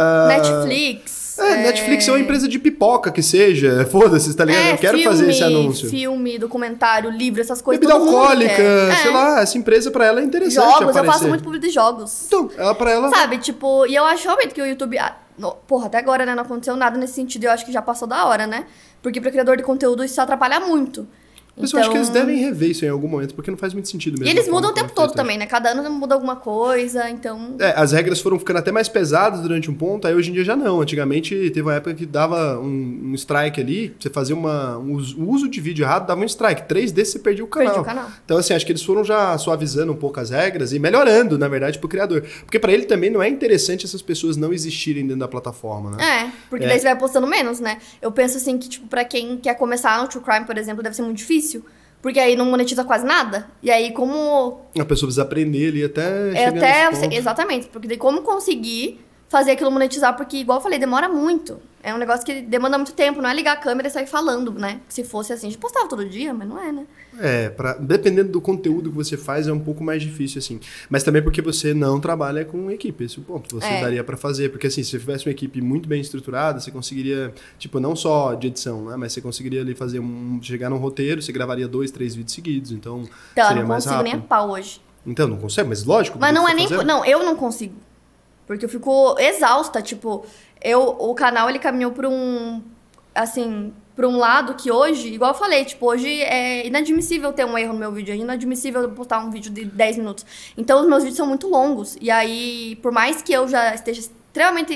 Netflix. Netflix é uma empresa de pipoca que seja. Foda-se, tá ligado? Eu quero fazer esse anúncio. Filme, documentário, livro, essas coisas. Bebida alcoólica, sei lá, essa empresa pra ela é interessante. Jogos, aparecer. Eu faço muito público de jogos. Então, pra ela. Sabe, tipo, e eu acho realmente que o YouTube. Porra, até agora, né? Não aconteceu nada nesse sentido. Eu acho que já passou da hora, né? Porque pro criador de conteúdo isso atrapalha muito. Mas eu acho que eles devem rever isso em algum momento, porque não faz muito sentido mesmo. E eles mudam o tempo todo também, né? Cada ano muda alguma coisa, então... As regras foram ficando até mais pesadas durante um ponto, aí hoje em dia já não. Antigamente teve uma época que dava um strike ali, você fazia um uso de vídeo errado, dava um strike. 3 desses você perdia o canal. Então, assim, acho que eles foram já suavizando um pouco as regras e melhorando, na verdade, pro criador. Porque pra ele também não é interessante essas pessoas não existirem dentro da plataforma, né? Porque daí você vai postando menos, né? Eu penso assim que, tipo, pra quem quer começar no True Crime, por exemplo, deve ser muito difícil. Porque aí não monetiza quase nada. E aí, como... A pessoa precisa aprender ali até chegar nesse ponto. Exatamente. Porque daí, como conseguir fazer aquilo monetizar? Porque, igual eu falei, demora muito. É um negócio que demanda muito tempo. Não é ligar a câmera e sair falando, né? Se fosse assim, a gente postava todo dia, mas não é, né? Dependendo do conteúdo que você faz, é um pouco mais difícil, assim. Mas também porque você não trabalha com equipe. Esse é o ponto. Você daria pra fazer. Porque, assim, se você tivesse uma equipe muito bem estruturada, você conseguiria, tipo, não só de edição, né? Mas você conseguiria ali fazer chegar num roteiro, você gravaria 2, 3 vídeos seguidos. Então seria mais rápido. Eu não consigo nem a pau hoje. Então, não consegue? Mas lógico. Mas não é nem... Não, eu não consigo. Porque eu fico exausta, tipo... O canal, ele caminhou por um... Assim... Por um lado que hoje, igual eu falei, tipo, hoje é inadmissível ter um erro no meu vídeo, é inadmissível eu postar um vídeo de 10 minutos. Então, os meus vídeos são muito longos. E aí, por mais que eu já esteja extremamente...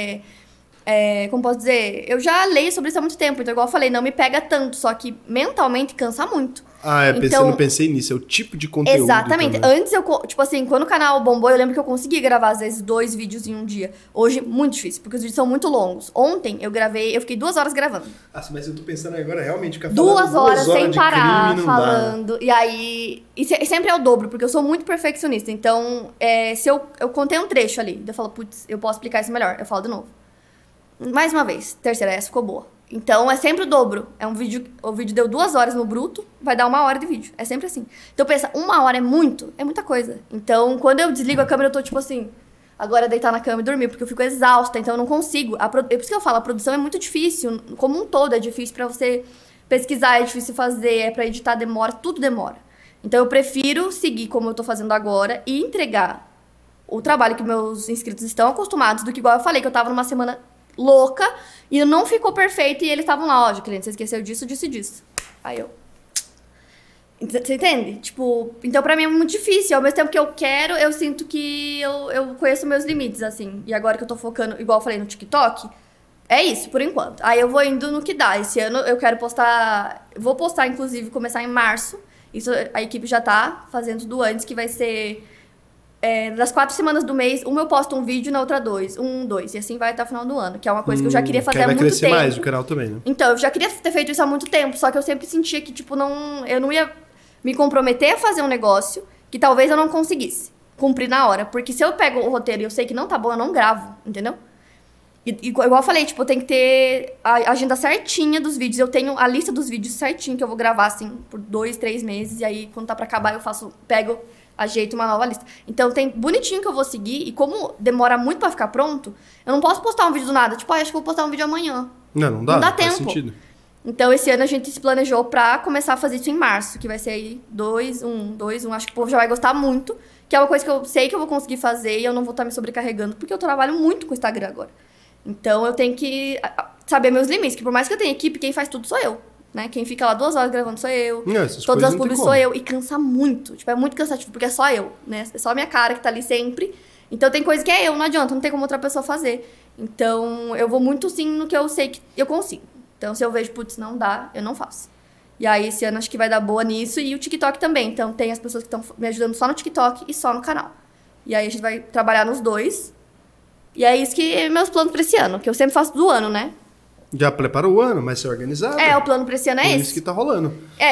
como posso dizer? Eu já leio sobre isso há muito tempo. Então, igual eu falei, não me pega tanto. Só que mentalmente cansa muito. Eu não pensei nisso. É o tipo de conteúdo. Exatamente. Também. Antes, tipo assim, quando o canal bombou, eu lembro que eu conseguia gravar, às vezes, 2 vídeos em um dia. Hoje, muito difícil, porque os vídeos são muito longos. Ontem, eu fiquei 2 horas gravando. Mas eu tô pensando agora, realmente, ficar falando 2 horas sem parar, crime, falando. E aí... E sempre é o dobro, porque eu sou muito perfeccionista. Então, se eu contei um trecho ali, eu falo, putz, eu posso explicar isso melhor. Eu falo de novo. Mais uma vez. Terceira, essa ficou boa. Então, é sempre o dobro. O vídeo deu 2 horas no bruto, vai dar 1 hora de vídeo. É sempre assim. Então, pensa, 1 hora é muita coisa. Então, quando eu desligo a câmera, eu tô tipo assim... Agora deitar na cama e dormir, porque eu fico exausta, então eu não consigo. Por isso que eu falo, a produção é muito difícil. Como um todo, é difícil pra você pesquisar, é difícil fazer, pra editar demora, tudo demora. Então, eu prefiro seguir como eu tô fazendo agora e entregar o trabalho que meus inscritos estão acostumados, do que igual eu falei, que eu tava numa semana... louca, e não ficou perfeito, e eles estavam lá, cliente, você esqueceu disso, disso e disso. Aí eu... Você entende? Tipo, então pra mim é muito difícil. Ao mesmo tempo que eu quero, eu sinto que eu conheço meus limites, assim. E agora que eu tô focando, igual eu falei no TikTok, é isso, por enquanto. Aí eu vou indo no que dá. Esse ano eu quero postar... Vou postar, inclusive, começar em março. Isso a equipe já tá fazendo tudo antes, que vai ser... das 4 semanas do mês, uma eu posto um vídeo, na outra 2. 2. E assim vai até o final do ano. Que é uma coisa que eu já queria fazer há muito tempo. Vai crescer mais o canal também, né? Então, eu já queria ter feito isso há muito tempo. Só que eu sempre sentia que, tipo, eu não ia me comprometer a fazer um negócio que talvez eu não conseguisse cumprir na hora. Porque se eu pego o roteiro e eu sei que não tá bom, eu não gravo, entendeu? Igual eu falei, tipo, eu tenho que ter a agenda certinha dos vídeos. Eu tenho a lista dos vídeos certinho que eu vou gravar, assim, por 2, 3 meses. E aí, quando tá pra acabar, pego, ajeito uma nova lista. Então, tem bonitinho que eu vou seguir. E como demora muito pra ficar pronto, eu não posso postar um vídeo do nada. Tipo, acho que eu vou postar um vídeo amanhã. Não dá. Não dá não faz tempo. sentido. Então, esse ano a gente se planejou pra começar a fazer isso em março, que vai ser aí 2, 1. Acho que o povo já vai gostar muito, que é uma coisa que eu sei que eu vou conseguir fazer e eu não vou estar me sobrecarregando, porque eu trabalho muito com o Instagram agora. Então, eu tenho que saber meus limites, que por mais que eu tenha equipe, quem faz tudo sou eu, né? Quem fica lá 2 horas gravando sou eu, todas as publis sou eu, e cansa muito. Tipo, é muito cansativo, porque é só eu, né? É só a minha cara que tá ali sempre. Então, tem coisa que é eu, não adianta, não tem como outra pessoa fazer. Então, eu vou muito, sim, no que eu sei que eu consigo. Então, se eu vejo, putz, não dá, eu não faço. E aí, esse ano acho que vai dar boa nisso. E o TikTok também. Então, tem as pessoas que estão me ajudando só no TikTok e só no canal. E aí, a gente vai trabalhar nos dois. E é isso que é meus planos pra esse ano. Que eu sempre faço do ano, né? Já preparou o ano, mas ser organizado. O plano pra esse ano é Por esse. isso que tá rolando.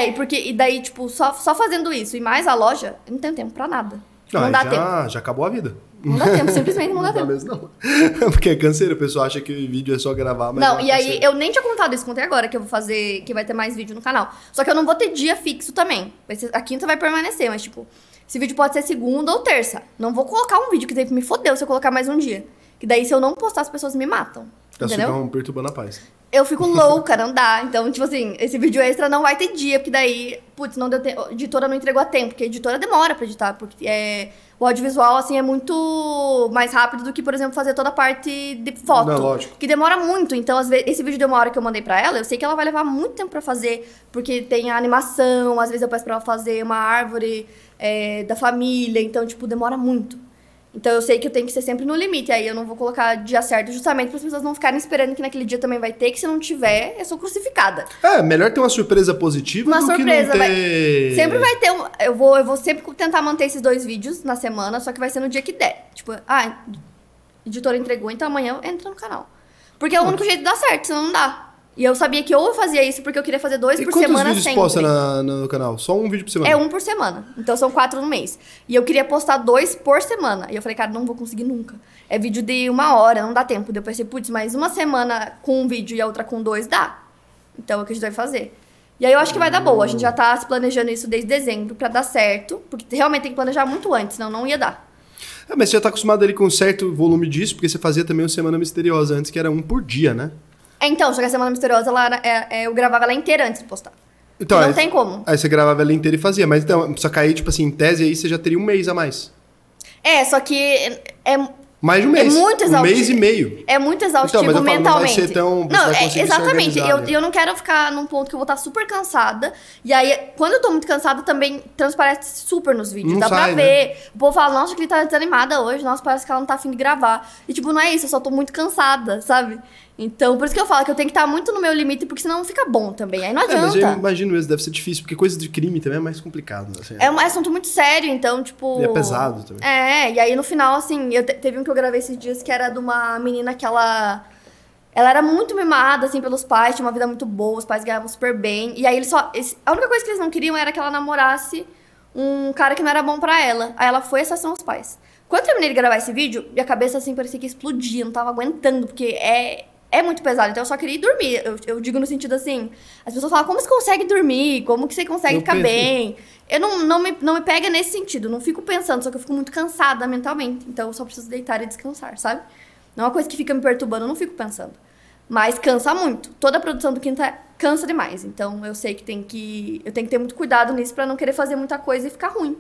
E daí, tipo, só fazendo isso e mais a loja, eu não tenho tempo pra nada. Não dá tempo. Já acabou a vida. Não dá tempo, simplesmente não dá tempo. Mesmo, não. Porque é canseiro, o pessoal acha que o vídeo é só gravar, mas não, e aí eu nem tinha contado isso, contei agora que eu vou fazer, que vai ter mais vídeo no canal. Só que eu não vou ter dia fixo também. A quinta vai permanecer, mas tipo, esse vídeo pode ser segunda ou terça. Não vou colocar um vídeo que daí me fodeu se eu colocar mais um dia. Que daí se eu não postar, as pessoas me matam. Entendeu? Ficam perturbando a paz. Eu fico louca, não dá. Então, tipo assim, esse vídeo extra não vai ter dia, porque daí, putz, não deu tempo. A editora não entregou a tempo, porque a editora demora pra editar, porque o audiovisual, assim, é muito mais rápido do que, por exemplo, fazer toda a parte de foto. Não, lógico. Que demora muito. Então, às vezes, esse vídeo de 1 hora que eu mandei pra ela, eu sei que ela vai levar muito tempo pra fazer, porque tem a animação, às vezes eu peço pra ela fazer uma árvore da família, então, tipo, demora muito. Então, eu sei que eu tenho que ser sempre no limite. Aí, eu não vou colocar dia certo justamente para as pessoas não ficarem esperando que naquele dia também vai ter, que se não tiver, eu sou crucificada. Melhor ter uma surpresa positiva do que não ter... Sempre vai ter eu vou sempre tentar manter esses 2 vídeos na semana, só que vai ser no dia que der. Tipo, a editora entregou, então amanhã entra no canal. Porque é o único jeito de dar certo, senão não dá. E eu sabia que ou eu fazia isso porque eu queria fazer 2 por semana sempre. E quantos vídeos posta no canal? Só um vídeo por semana? 1 por semana. Então são 4 no mês. E eu queria postar 2 por semana. E eu falei, cara, não vou conseguir nunca. É vídeo de 1 hora, não dá tempo. Depois eu pensei, putz, mas uma semana com um vídeo e a outra com 2 dá. Então é o que a gente vai fazer. E aí eu acho que vai dar boa. A gente já tá se planejando isso desde dezembro pra dar certo. Porque realmente tem que planejar muito antes, senão não ia dar. Mas você já tá acostumado ali com um certo volume disso, porque você fazia também o Semana Misteriosa antes, que era 1 por dia, né? Então, só que a Semana Misteriosa, eu gravava ela inteira antes de postar. Então, não tem como. Aí você gravava ela inteira e fazia. Mas então, só cair, tipo assim, em tese aí, você já teria 1 mês a mais. Só que mais de um mês. É muito exaustivo. 1 mês e meio. É muito exaustivo então, mas mentalmente. Não vai ser tão... exatamente. Eu não quero ficar num ponto que eu vou estar super cansada. E aí, quando eu tô muito cansada, também transparece super nos vídeos. Não dá sai, pra ver. Né? O povo fala, nossa, que ele tá desanimada hoje. Nossa, parece que ela não tá afim de gravar. E tipo, não é isso. Eu só tô muito cansada, sabe? Então, por isso que eu falo que eu tenho que estar muito no meu limite, porque senão fica bom também. Aí não adianta. Mas eu imagino isso, deve ser difícil, porque coisa de crime também é mais complicado. Assim, é um assunto muito sério, então, tipo... E é pesado também. E aí no final, assim, teve um que eu gravei esses dias, que era de uma menina que ela era muito mimada, assim, pelos pais, tinha uma vida muito boa, os pais ganhavam super bem. E aí a única coisa que eles não queriam era que ela namorasse um cara que não era bom pra ela. Aí ela foi assassinar os pais. Quando eu terminei de gravar esse vídeo, minha cabeça, assim, parecia que explodia, não tava aguentando, porque é muito pesado, então eu só queria ir dormir. Eu digo no sentido assim, as pessoas falam, como você consegue dormir? Como que você consegue ficar bem? Eu não me pega nesse sentido, não fico pensando, só que eu fico muito cansada mentalmente. Então eu só preciso deitar e descansar, sabe? Não é uma coisa que fica me perturbando, eu não fico pensando. Mas cansa muito. Toda a produção do Quinta cansa demais. Então eu sei que eu tenho que ter muito cuidado nisso pra não querer fazer muita coisa e ficar ruim.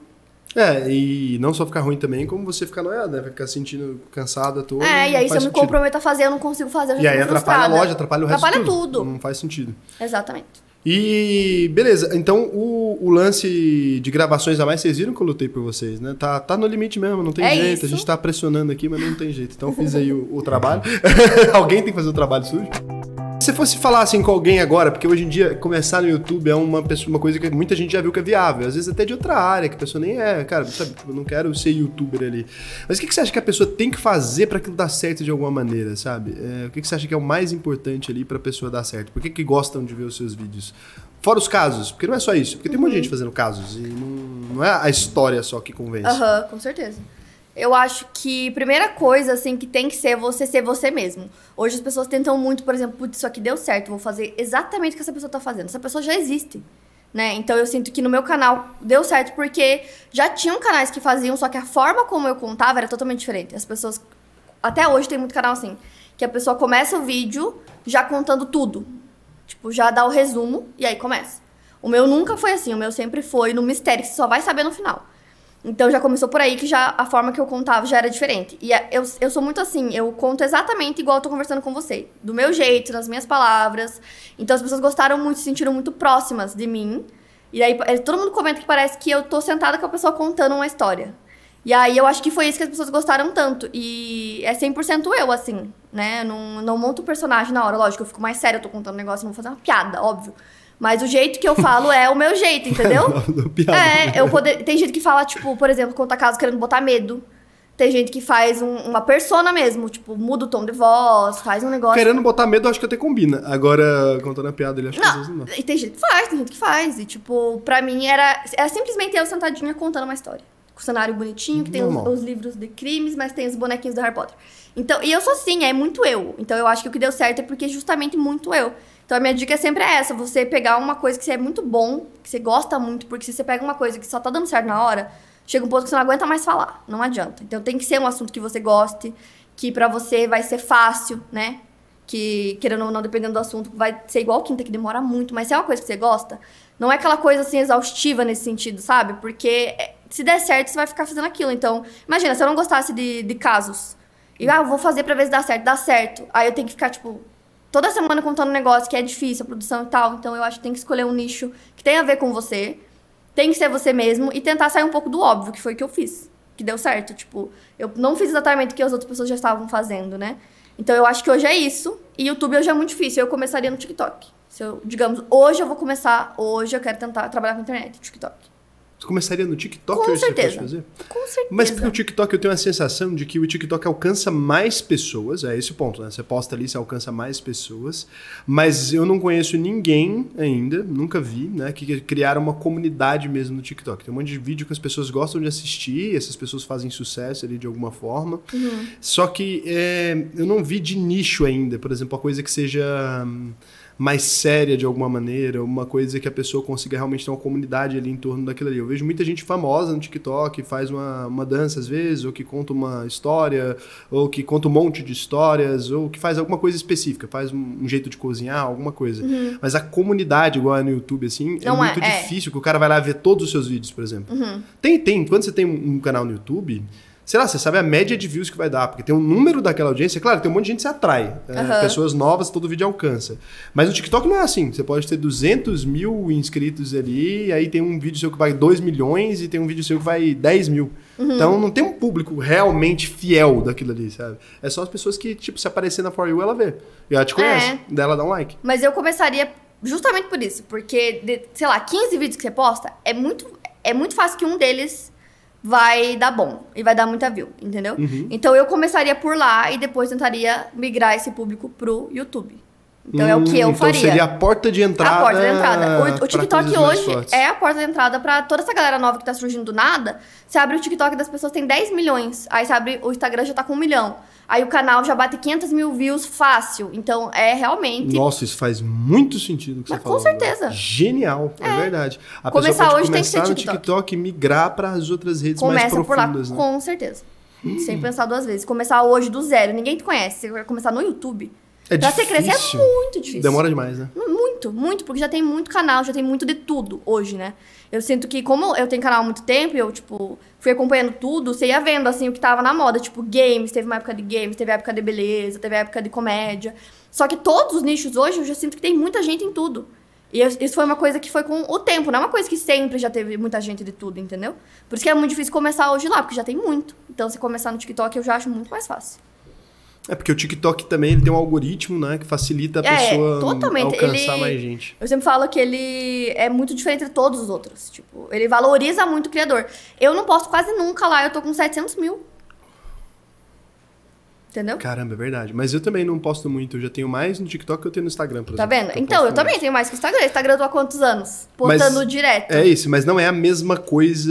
E não só ficar ruim também, como você ficar noiada, né? Vai ficar sentindo cansada toda. E aí se eu me comprometo a fazer, eu não consigo fazer, eu já E aí atrapalha a loja, atrapalha o resto atrapalha tudo. Não faz sentido. Exatamente. E beleza, então o lance de gravações a mais, vocês viram que eu lutei por vocês, né? Tá no limite mesmo, não tem jeito. Isso. A gente tá pressionando aqui, mas não tem jeito. Então eu fiz aí o trabalho. Alguém tem que fazer o trabalho sujo. Se você fosse falar assim com alguém agora, porque hoje em dia começar no YouTube é uma coisa que muita gente já viu que é viável, às vezes até de outra área, que a pessoa nem é, cara, sabe, tipo, eu não quero ser youtuber ali. Mas o que você acha que a pessoa tem que fazer pra aquilo dar certo de alguma maneira, sabe? O que você acha que é o mais importante ali pra pessoa dar certo? Por que gostam de ver os seus vídeos? Fora os casos, porque não é só isso, porque tem muita gente fazendo casos e não é a história só que convence. Com certeza. Eu acho que a primeira coisa, assim, que tem que ser você mesmo. Hoje as pessoas tentam muito, por exemplo, putz, isso aqui deu certo, vou fazer exatamente o que essa pessoa tá fazendo. Essa pessoa já existe, né? Então eu sinto que no meu canal deu certo porque já tinham canais que faziam, só que a forma como eu contava era totalmente diferente. As pessoas, até hoje tem muito canal assim, que a pessoa começa o vídeo já contando tudo. Tipo, já dá o resumo e aí começa. O meu nunca foi assim, o meu sempre foi no mistério, que você só vai saber no final. Então já começou por aí que já a forma que eu contava já era diferente. E eu sou muito assim, eu conto exatamente igual eu tô conversando com você. Do meu jeito, nas minhas palavras. Então as pessoas gostaram muito, se sentiram muito próximas de mim. E aí todo mundo comenta que parece que eu tô sentada com a pessoa contando uma história. E aí eu acho que foi isso que as pessoas gostaram tanto. E é 100% eu, assim, né? Não monto o personagem na hora. Lógico, eu fico mais séria, eu tô contando um negócio, não vou fazer uma piada, óbvio. Mas o jeito que eu falo é o meu jeito, entendeu? Tem gente que fala, tipo, por exemplo, conta casos querendo botar medo. Tem gente que faz uma persona mesmo, tipo, muda o tom de voz, faz um negócio... Querendo botar medo, eu acho que até combina. Agora, contando a piada, ele acha que às vezes não. E tem gente que faz. E, tipo, pra mim era simplesmente eu sentadinha contando uma história. Com o cenário bonitinho, que tem os livros de crimes, mas tem os bonequinhos do Harry Potter. Então, e eu sou assim, é muito eu. Então eu acho que o que deu certo é porque é justamente muito eu. Então a minha dica sempre é essa, você pegar uma coisa que você é muito bom, que você gosta muito, porque se você pega uma coisa que só tá dando certo na hora, chega um ponto que você não aguenta mais falar, não adianta. Então tem que ser um assunto que você goste, que pra você vai ser fácil, né? Que, querendo ou não, dependendo do assunto, vai ser igual Quinta, que demora muito, mas se é uma coisa que você gosta, não é aquela coisa assim exaustiva nesse sentido, sabe? Porque se der certo, você vai ficar fazendo aquilo. Então, imagina, se eu não gostasse de casos, e eu vou fazer pra ver se dá certo. Aí eu tenho que ficar, tipo... toda semana contando um negócio que é difícil, a produção e tal. Então, eu acho que tem que escolher um nicho que tem a ver com você. Tem que ser você mesmo. E tentar sair um pouco do óbvio, que foi o que eu fiz. Que deu certo. Tipo, eu não fiz exatamente o que as outras pessoas já estavam fazendo, né? Então, eu acho que hoje é isso. E YouTube hoje é muito difícil. Eu começaria no TikTok. Se eu, digamos, hoje eu quero tentar trabalhar com internet, TikTok. Você começaria no TikTok? Com hoje certeza. Você pode fazer? Com certeza. Mas porque o TikTok, eu tenho a sensação de que o TikTok alcança mais pessoas, é esse o ponto, né? Você posta ali, você alcança mais pessoas, mas eu não conheço ninguém ainda, nunca vi, né, que criaram uma comunidade mesmo no TikTok. Tem um monte de vídeo que as pessoas gostam de assistir, essas pessoas fazem sucesso ali de alguma forma, só que eu não vi de nicho ainda, por exemplo, uma coisa que seja... mais séria de alguma maneira, uma coisa que a pessoa consiga realmente ter uma comunidade ali em torno daquilo ali. Eu vejo muita gente famosa no TikTok, faz uma dança às vezes, ou que conta uma história, ou que conta um monte de histórias, ou que faz alguma coisa específica, faz um jeito de cozinhar, alguma coisa. Mas a comunidade, igual é no YouTube, assim, é muito difícil, que o cara vai lá ver todos os seus vídeos, por exemplo. Quando você tem um canal no YouTube... sei lá, você sabe a média de views que vai dar, porque tem um número daquela audiência, claro, tem um monte de gente que se atrai, pessoas novas, todo vídeo alcança. Mas no TikTok não é assim, você pode ter 200 mil inscritos ali, e aí tem um vídeo seu que vai 2 milhões e tem um vídeo seu que vai 10 mil. Então não tem um público realmente fiel daquilo ali, sabe? É só as pessoas que, tipo, se aparecer na For You, ela vê. E ela te conhece, dela dá um like. Mas eu começaria justamente por isso, porque, sei lá, 15 vídeos que você posta, é muito fácil que um deles... vai dar bom e vai dar muita view, entendeu? Então eu começaria por lá e depois tentaria migrar esse público pro YouTube. Então é o que eu faria. Então seria a porta de entrada. A porta de entrada. O TikTok hoje é a porta de entrada pra toda essa galera nova que tá surgindo do nada. Você abre o TikTok das pessoas, tem 10 milhões. Aí você abre o Instagram, já tá com 1 milhão. Aí o canal já bate 500 mil views fácil. Então, é realmente... Nossa, isso faz muito sentido o que você falou. Com certeza. Genial, é verdade. A começar pessoa pode hoje tem que ser no TikTok. TikTok e migrar para as outras redes mais profundas. Por lá, com certeza. Sem pensar duas vezes. Começar hoje do zero. Ninguém te conhece. Você vai começar no YouTube. É pra difícil. você crescer é muito difícil. Demora demais, né? Muito, porque já tem muito canal, já tem muito de tudo hoje, né? Eu sinto que, como eu tenho canal há muito tempo, eu, tipo, fui acompanhando tudo, você ia vendo, assim, o que tava na moda. Tipo, games, teve uma época de games, teve a época de beleza, teve a época de comédia. Só que todos os nichos hoje, eu já sinto que tem muita gente em tudo. E isso foi uma coisa que foi com o tempo, não é uma coisa que sempre já teve muita gente de tudo, entendeu? Por isso que é muito difícil começar hoje lá, porque já tem muito. Então, se começar no TikTok, eu já acho muito mais fácil. Porque o TikTok também ele tem um algoritmo, né? Que facilita a pessoa alcançar mais gente. Eu sempre falo que ele é muito diferente de todos os outros. Tipo, ele valoriza muito o criador. Eu não posto quase nunca lá, eu tô com 700 mil. Entendeu? Caramba, é verdade. Mas eu também não posto muito. Eu já tenho mais no TikTok que eu tenho no Instagram, por exemplo. Tá vendo? Então, eu também tenho mais que o Instagram. Instagram eu tô há quantos anos? Postando direto. É isso, mas não é a mesma coisa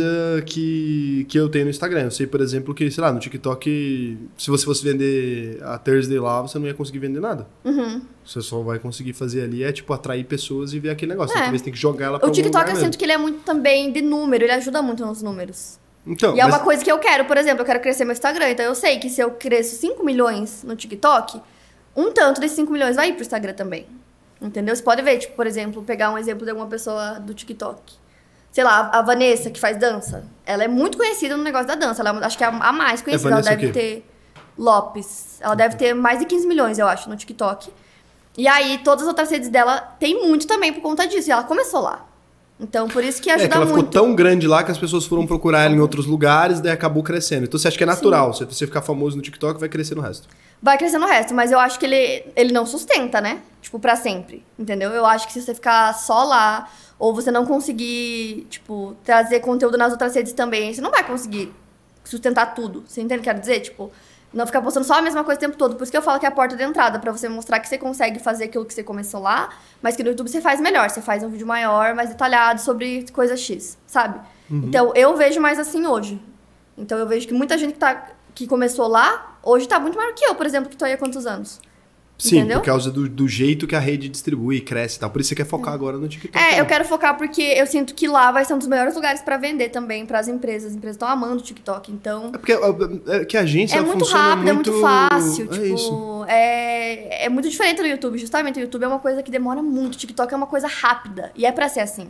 que eu tenho no Instagram. Eu sei, por exemplo, que, sei lá, no TikTok, se você fosse vender a Thursday lá, você não ia conseguir vender nada. Você só vai conseguir fazer ali, tipo, atrair pessoas e ver aquele negócio. Então, talvez tem que jogar ela pra algum lugar. O TikTok eu sinto que ele é muito também de número. Ele ajuda muito nos números. Então, e é uma coisa que eu quero, por exemplo, eu quero crescer meu Instagram. Então eu sei que se eu cresço 5 milhões no TikTok, um tanto desses 5 milhões vai ir pro Instagram também. Entendeu? Você pode ver, tipo, por exemplo, pegar um exemplo de alguma pessoa do TikTok. Sei lá, a Vanessa, que faz dança. Ela é muito conhecida no negócio da dança. Ela acho que é a mais conhecida. Ela deve ter... Lopes. Ela deve ter mais de 15 milhões, eu acho, no TikTok. E aí, todas as outras redes dela tem muito também por conta disso. E ela começou lá. Então, por isso que ajuda muito. Ela ficou tão grande lá que as pessoas foram procurar ela em outros lugares, daí acabou crescendo. Então, você acha que é natural? Se você ficar famoso no TikTok, vai crescer no resto? Vai crescer no resto, mas eu acho que ele não sustenta, né? Tipo, pra sempre, entendeu? Eu acho que se você ficar só lá, ou você não conseguir, tipo, trazer conteúdo nas outras redes também, você não vai conseguir sustentar tudo. Você entende o que eu quero dizer? Tipo, não ficar postando só a mesma coisa o tempo todo. Por isso que eu falo que é a porta de entrada, pra você mostrar que você consegue fazer aquilo que você começou lá, mas que no YouTube você faz melhor. Você faz um vídeo maior, mais detalhado sobre coisa X, sabe? Então, eu vejo mais assim hoje. Então, eu vejo que muita gente que começou lá, hoje tá muito maior que eu, por exemplo, que tô aí há quantos anos. Sim, entendeu? por causa do jeito que a rede distribui e cresce e tal. Por isso você quer focar agora no TikTok. Eu quero focar porque eu sinto que lá vai ser um dos melhores lugares pra vender também pras empresas. As empresas estão amando o TikTok, então... É porque que a agência muito funciona rápido, é muito fácil. É tipo, isso. É muito diferente do YouTube. Justamente, o YouTube é uma coisa que demora muito. O TikTok é uma coisa rápida. E é pra ser assim.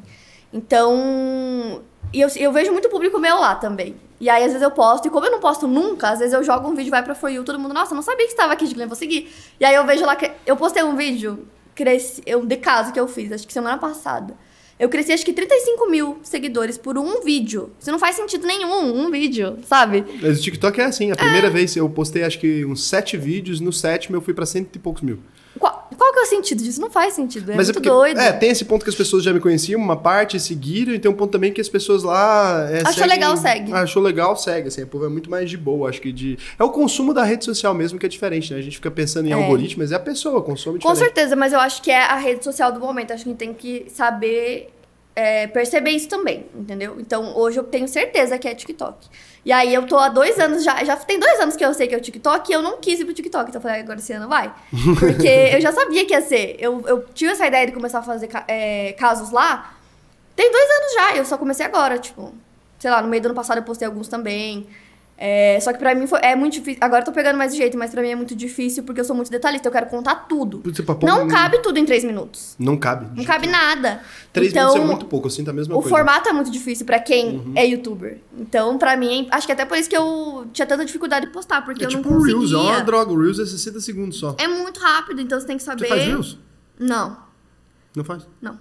Então... E eu vejo muito público meu lá também. E aí, às vezes, eu posto. E como eu não posto nunca, às vezes eu jogo um vídeo, vai pra For You, todo mundo, nossa, não sabia que você estava aqui, Juliana, vou seguir. E aí eu vejo lá que... Eu postei um vídeo, de caso que eu fiz, acho que semana passada. Eu cresci, acho que 35 mil seguidores por um vídeo. Isso não faz sentido nenhum, um vídeo, sabe? Mas o TikTok é assim. A primeira vez eu postei, acho que uns 7 vídeos. No 7º eu fui pra 100 e poucos mil. Qual que é o sentido disso? Não faz sentido, é muito doido. Tem esse ponto que as pessoas já me conheciam, uma parte, seguiram, e tem um ponto também que as pessoas lá... Achou legal, segue. Achou legal, segue. Assim, o povo é muito mais de boa, acho que É o consumo da rede social mesmo que é diferente, né? A gente fica pensando em algoritmo, mas é a pessoa, consome diferente. Com certeza, mas eu acho que é a rede social do momento. Acho que a gente tem que saber perceber isso também, entendeu? Então, hoje eu tenho certeza que é TikTok. E aí, eu tô há 2 anos, já tem 2 anos que eu sei que é o TikTok, e eu não quis ir pro TikTok. Então, eu falei, agora esse ano vai. Porque eu já sabia que ia ser. Eu tive essa ideia de começar a fazer casos lá, tem 2 anos já, eu só comecei agora, tipo... Sei lá, no meio do ano passado eu postei alguns também. Só que pra mim é muito difícil. Agora eu tô pegando mais jeito, mas pra mim é muito difícil porque eu sou muito detalhista. Eu quero contar tudo. Não cabe tudo em 3 minutos. Não cabe. Não cabe nada. 3 minutos é muito pouco, eu sinto a mesma coisa. O formato é muito difícil pra quem é youtuber. Então, pra mim, acho que até por isso que eu tinha tanta dificuldade de postar, porque eu não conseguia. Reels, é uma droga. O Reels é 60 segundos só. É muito rápido, então você tem que saber... Você faz Reels? Não. Não faz? Não.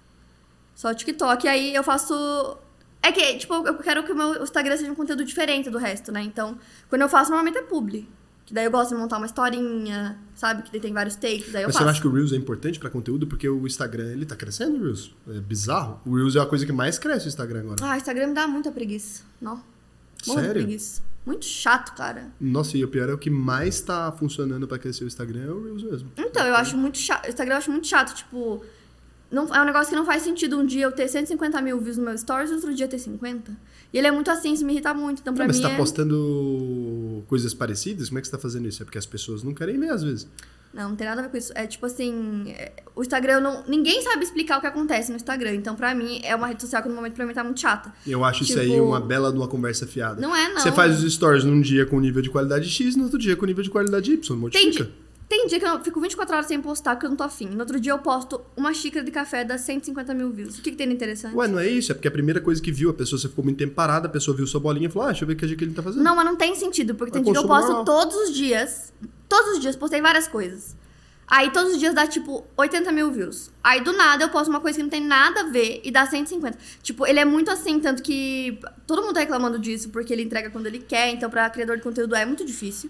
Só TikTok. E aí eu faço... É que, tipo, eu quero que o meu Instagram seja um conteúdo diferente do resto, né? Então, quando eu faço, normalmente é publi. Que daí eu gosto de montar uma historinha, sabe? Que daí tem vários takes, aí eu faço. Mas você não acha que o Reels é importante pra conteúdo? Porque o Instagram, ele tá crescendo, o Reels. É bizarro. O Reels é a coisa que mais cresce o Instagram agora. O Instagram me dá muita preguiça. Não. Muita preguiça. Muito chato, cara. Nossa, e o pior é o que mais tá funcionando pra crescer o Instagram é o Reels mesmo. Então, eu acho muito chato. O Instagram eu acho muito chato, tipo... Não, é um negócio que não faz sentido um dia eu ter 150 mil views no meu stories e outro dia ter 50. E ele é muito assim, isso me irrita muito. Então, pra mim mas você tá postando coisas parecidas? Como é que você tá fazendo isso? É porque as pessoas não querem ver, às vezes. Não tem nada a ver com isso. É tipo assim, o Instagram, ninguém sabe explicar o que acontece no Instagram. Então, pra mim, é uma rede social que no momento pra mim tá muito chata. Eu acho isso aí uma bela de uma conversa fiada. Não é, não. Você faz os stories num dia com nível de qualidade X, no outro dia com nível de qualidade Y. Modifica. Tem dia que eu fico 24 horas sem postar porque eu não tô afim. No outro dia eu posto uma xícara de café das 150 mil views. O que tem de interessante? Ué, não é isso? É porque a primeira coisa que viu, a pessoa, você ficou muito tempo parada, a pessoa viu sua bolinha e falou, deixa eu ver o que ele tá fazendo. Não, mas não tem sentido, porque tem dia que eu posto todos os dias. Todos os dias, postei várias coisas. Aí todos os dias dá, tipo, 80 mil views. Aí do nada eu posto uma coisa que não tem nada a ver e dá 150. Tipo, ele é muito assim, tanto que todo mundo tá reclamando disso, porque ele entrega quando ele quer. Então, pra criador de conteúdo é muito difícil.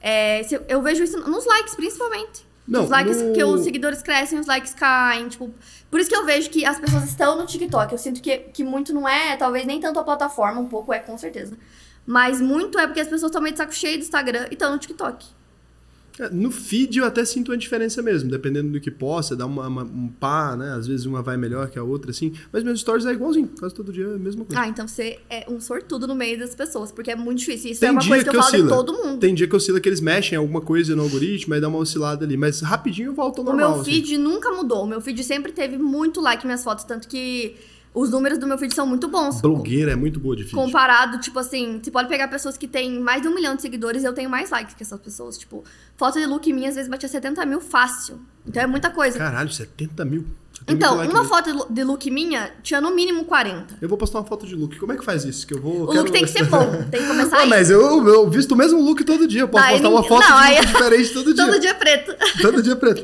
Eu vejo isso nos likes, principalmente. Não, os likes que os seguidores crescem, os likes caem, tipo... Por isso que eu vejo que as pessoas estão no TikTok. Eu sinto que muito não é, talvez nem tanto a plataforma, um pouco é, com certeza. Mas muito é porque as pessoas estão meio de saco cheio do Instagram e estão no TikTok. No feed eu até sinto uma diferença mesmo, dependendo do que posta, dá um pá, né? Às vezes uma vai melhor que a outra, assim. Mas meus stories é igualzinho, quase todo dia é a mesma coisa. Ah, então você é um sortudo no meio das pessoas, porque é muito difícil. Isso Tem é uma dia coisa que eu falo de todo mundo. Tem dia que oscila que eles mexem alguma coisa no algoritmo, aí dá uma oscilada ali. Mas rapidinho volta ao normal. O meu feed nunca mudou. O meu feed sempre teve muito like minhas fotos, tanto que os números do meu feed são muito bons. Blogueira é muito boa de feed. Comparado, tipo assim, você pode pegar pessoas que têm mais de 1 milhão de seguidores, eu tenho mais likes que essas pessoas. Tipo, foto de look minha às vezes batia 70 mil fácil. Então é muita coisa. Caralho, 70 mil? Então, uma foto de look minha tinha no mínimo 40. Eu vou postar uma foto de look. Como é que faz isso? Que eu vou... O look tem que ser bom. Tem que começar aí. Mas eu visto o mesmo look todo dia. Eu posso postar uma foto de look diferente todo dia. Todo dia preto. Todo dia preto.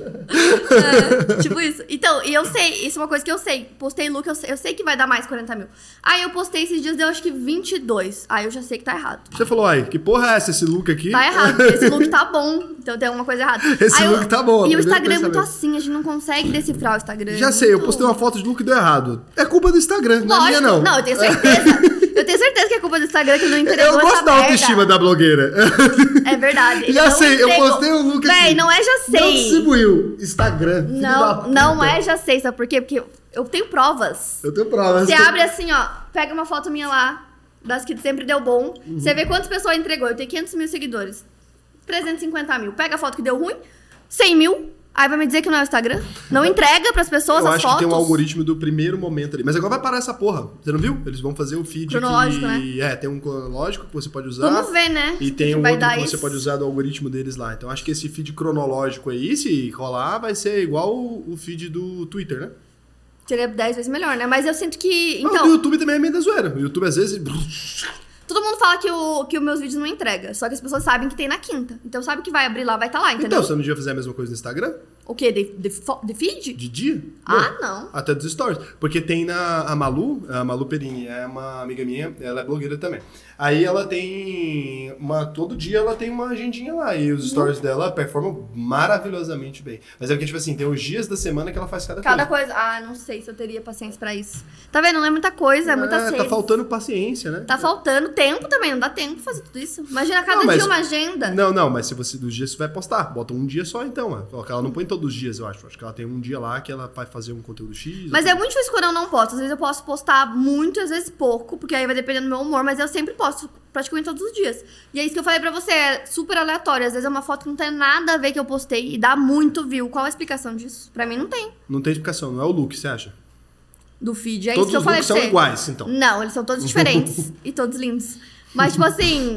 Tipo isso. Então, e eu sei, isso é uma coisa que eu sei. Postei look, eu sei que vai dar mais 40 mil. Aí eu postei esses dias, deu acho que 22. Aí eu já sei que tá errado. Você falou, ai, que porra é essa, esse look aqui? Tá errado, esse look tá bom. Então tem alguma coisa errada. Esse look tá bom. E o Instagram é muito assim, a gente não consegue decifrar o Instagram. Já sei, eu postei uma foto de look e deu errado. É culpa do Instagram, não é minha não. Não, eu tenho certeza. Eu tenho certeza que é culpa do Instagram que não entregou essa merda. Eu gosto da autoestima da blogueira. É verdade. Já sei, eu postei um look aqui. Véi, não é já sei. Não distribuiu. Instagram, filho da puta. Não é já sei, sabe por quê? Porque eu tenho provas. Eu tenho provas. Você abre assim, ó, pega uma foto minha lá, das que sempre deu bom. Você vê quantas pessoas entregou. Eu tenho 500 mil seguidores. 350 mil. Pega a foto que deu ruim, 100 mil. Aí vai me dizer que não é o Instagram? Não entrega pras pessoas as fotos? Eu acho que tem um algoritmo do primeiro momento ali. Mas agora vai parar essa porra. Você não viu? Eles vão fazer o feed cronológico, né? tem um cronológico que você pode usar. Vamos ver, né? E tem um outro que você pode usar do algoritmo deles lá. Então acho que esse feed cronológico aí, se rolar, vai ser igual o feed do Twitter, né? Seria 10 vezes melhor, né? Mas eu sinto que... Então... O do YouTube também é meio da zoeira. O YouTube às vezes... Todo mundo fala que os meus vídeos não entrega. Só que as pessoas sabem que tem na quinta. Então sabe que vai abrir lá, vai estar lá, entendeu? Então, você não devia fazer a mesma coisa no Instagram? O quê? De feed? De dia? Não. Até dos stories. Porque tem a Malu Perini, é uma amiga minha, ela é blogueira também. Aí ela tem todo dia ela tem uma agendinha lá. E os stories dela performam maravilhosamente bem. Mas é porque, tipo assim, tem os dias da semana que ela faz cada coisa. Não sei se eu teria paciência pra isso. Tá vendo? Não é muita coisa, é muita sede. Tá faltando paciência, né? Tá faltando tempo também, não dá tempo pra fazer tudo isso. Imagina cada dia uma agenda. Não, mas se você dos dias você vai postar, bota um dia só então. Ela não põe todos os dias, eu acho. Acho que ela tem um dia lá que ela vai fazer um conteúdo X. Mas é muito difícil quando eu não posto. Às vezes eu posso postar muito, às vezes pouco, porque aí vai depender do meu humor, mas eu sempre posto praticamente todos os dias. E é isso que eu falei pra você, é super aleatório. Às vezes é uma foto que não tem nada a ver que eu postei e dá muito view. Qual a explicação disso? Pra mim não tem. Não tem explicação, não é o look, você acha? Do feed, é todos isso que eu falei pra você. Todos são iguais, então. Não, eles são todos diferentes e todos lindos. Mas, tipo assim,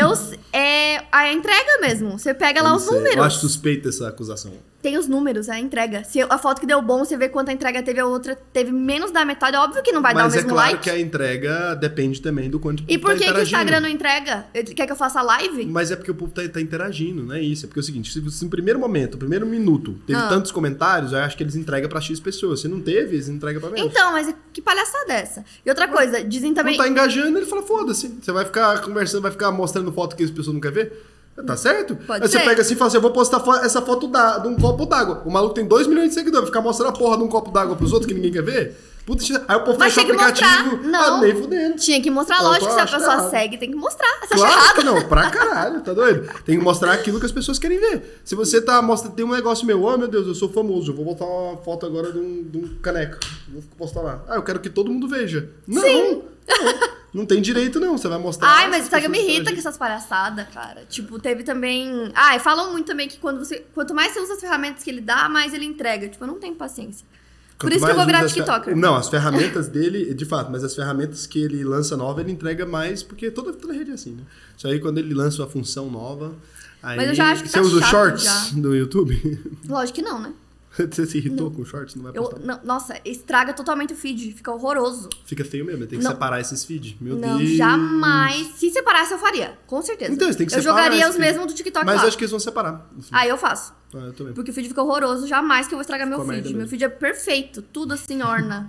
a entrega mesmo. Você pega lá os números. Eu acho suspeita essa acusação. Tem os números, a entrega. Se a foto que deu bom, você vê quanta entrega teve, a outra teve menos da metade. Óbvio que não vai dar o mesmo like. Mas é claro que a entrega depende também do quanto o povo E por que o Instagram não entrega? Quer que eu faça live? Mas é porque o povo tá interagindo, não é isso? É porque é o seguinte, se no primeiro momento, no primeiro minuto, teve tantos comentários, eu acho que eles entregam pra X pessoas. Se não teve, eles entregam pra menos. Então, mas que palhaçada é essa? E outra coisa, dizem também... Não tá engajando, ele fala, foda-se. Você vai ficar conversando, vai ficar mostrando foto que as pessoas não querem ver? Tá certo? Pode Aí ser. Você pega assim e fala assim, eu vou postar essa foto de um copo d'água. O maluco tem 2 milhões de seguidores, vai ficar mostrando a porra de um copo d'água pros outros que ninguém quer ver? Puta, aí o povo fecha o aplicativo. Não, nem fudendo. Tinha que mostrar, lógico, se a pessoa segue, tem que mostrar. Você claro acha errado? que não, pra caralho, tá doido? Tem que mostrar aquilo que as pessoas querem ver. Se você tem um negócio meu, meu Deus, eu sou famoso, eu vou botar uma foto agora de um caneco. Vou postar lá. Eu quero que todo mundo veja. Não, Sim. Não tem direito, não. Você vai mostrar. Ai, mas o Instagram me irrita com essas palhaçadas, cara. Tipo, teve também... e falam muito também que quanto mais você usa as ferramentas que ele dá, mais ele entrega. Tipo, eu não tenho paciência. Por isso que eu vou virar TikToker. Não, as ferramentas dele, de fato, mas as ferramentas que ele lança nova, ele entrega mais, porque toda rede é assim, né? Isso aí, quando ele lança uma função nova... Aí... Mas eu já acho que você usa os shorts do YouTube? Lógico que não, né? Você se irritou com shorts? Não vai postar? Nossa, estraga totalmente o feed. Fica horroroso. Fica feio mesmo, tem que separar esses feeds. Meu Não, Deus. jamais. Se separasse, eu faria. Com certeza. Então, você tem que eu separar. Jogaria os mesmos do TikTok Mas lá. acho que eles vão separar. Aí eu faço. Eu também. Porque o feed fica horroroso. Jamais que eu vou estragar meu merda feed. Meu mesmo. feed é perfeito. Tudo assim, orna.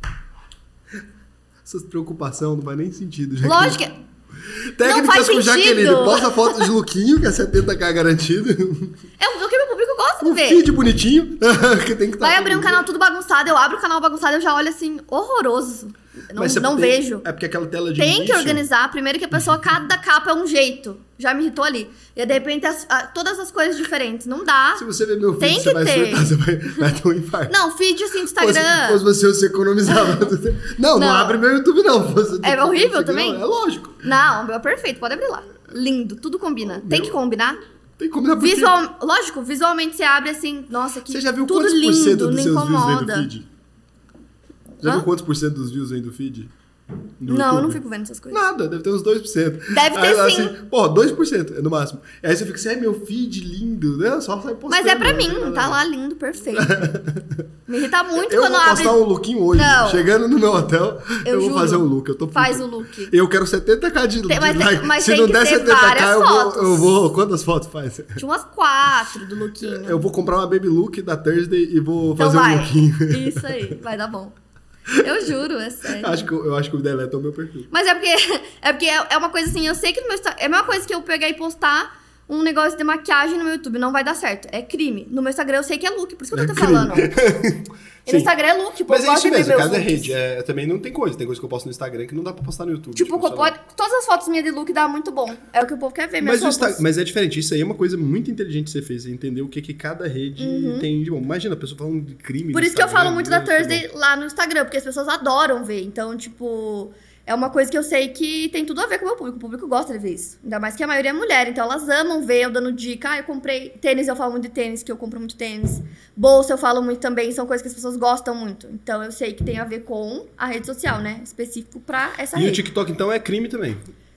Essa preocupação não faz nem sentido. Lógico que... Técnicas faz com sentido. Jaqueline. Posta foto de lookinho, que é 70k garantido. É o que meu público gosta de Um ver. feed bonitinho. que tem que Vai abrir um canal tudo bagunçado. Eu abro o canal bagunçado, eu já olho assim, horroroso. Não vejo. É porque aquela tela de Tem que início- organizar. Primeiro que a pessoa, cada capa é um jeito. Já me irritou ali. E aí, de repente, todas as coisas diferentes. Não dá. Se você ver meu feed, Tem você que vai ter. surtar, você vai ter um infarto. Não, feed assim do Se Instagram. você economizava. não abre meu YouTube, não. Você É horrível também? É lógico. Não, o meu é perfeito. Pode abrir lá. Lindo, tudo combina. Tem que combinar. Tem que combinar porque... Lógico, visualmente você abre assim, nossa, que Você já viu tudo quantos por cento lindo, dos não seus views vem do incomoda. feed? Já viu quantos por cento dos views vem do feed? No Não, eu YouTube? não fico vendo essas coisas. Nada, deve ter uns 2%. Deve ter Aí, sim. Assim, pô, 2% é no máximo. Aí você fica assim, meu feed lindo, né? Só sai postando. Mas é pra não mim, tem nada tá a ver. lá lindo, perfeito. Me irrita muito Eu quando vou abre. postar um lookinho hoje. Não. Chegando no meu hotel, eu vou juro. fazer um look. Eu tô Faz puto. o look. Eu quero 70k de like. mas Se tem não que der ter 70k, várias eu fotos. vou. Quantas fotos faz? Tinha umas 4 do lookinho. Eu vou comprar uma baby look da Thursday e vou Então fazer vai. um lookinho. Isso aí, vai dar bom. Eu juro, é sério. Eu acho que eu deleto o meu perfil. Mas é porque é uma coisa assim, eu sei que no meu Instagram... É a mesma coisa que eu pegar e postar um negócio de maquiagem no meu YouTube. Não vai dar certo. É crime. No meu Instagram eu sei que é look, por isso que eu tô te falando. E no Instagram é look, Mas é isso mesmo, cada rede. rede. Também não tem coisa. Tem coisa que eu posto no Instagram que não dá pra postar no YouTube. Tipo, sei lá. todas as fotos minhas de look dá muito bom. É o que o povo quer ver, minhas roupas. Mas é diferente. Isso aí é uma coisa muito inteligente que você fez. Você entender o que cada rede tem de bom. Imagina, a pessoa falando de crime. Por no isso que eu Instagram, falo muito da isso é Thursday lá no Instagram, porque as pessoas adoram ver. Então, tipo, é uma coisa que eu sei que tem tudo a ver com o meu público. O público gosta de ver isso. Ainda mais que a maioria é mulher. Então, elas amam ver eu dando dica. Eu comprei tênis, eu falo muito de tênis, que eu compro muito tênis. Bolsa, eu falo muito também. São coisas que as pessoas gostam muito. Então, eu sei que tem a ver com a rede social, né? Específico pra essa E rede. o TikTok, então, é crime também.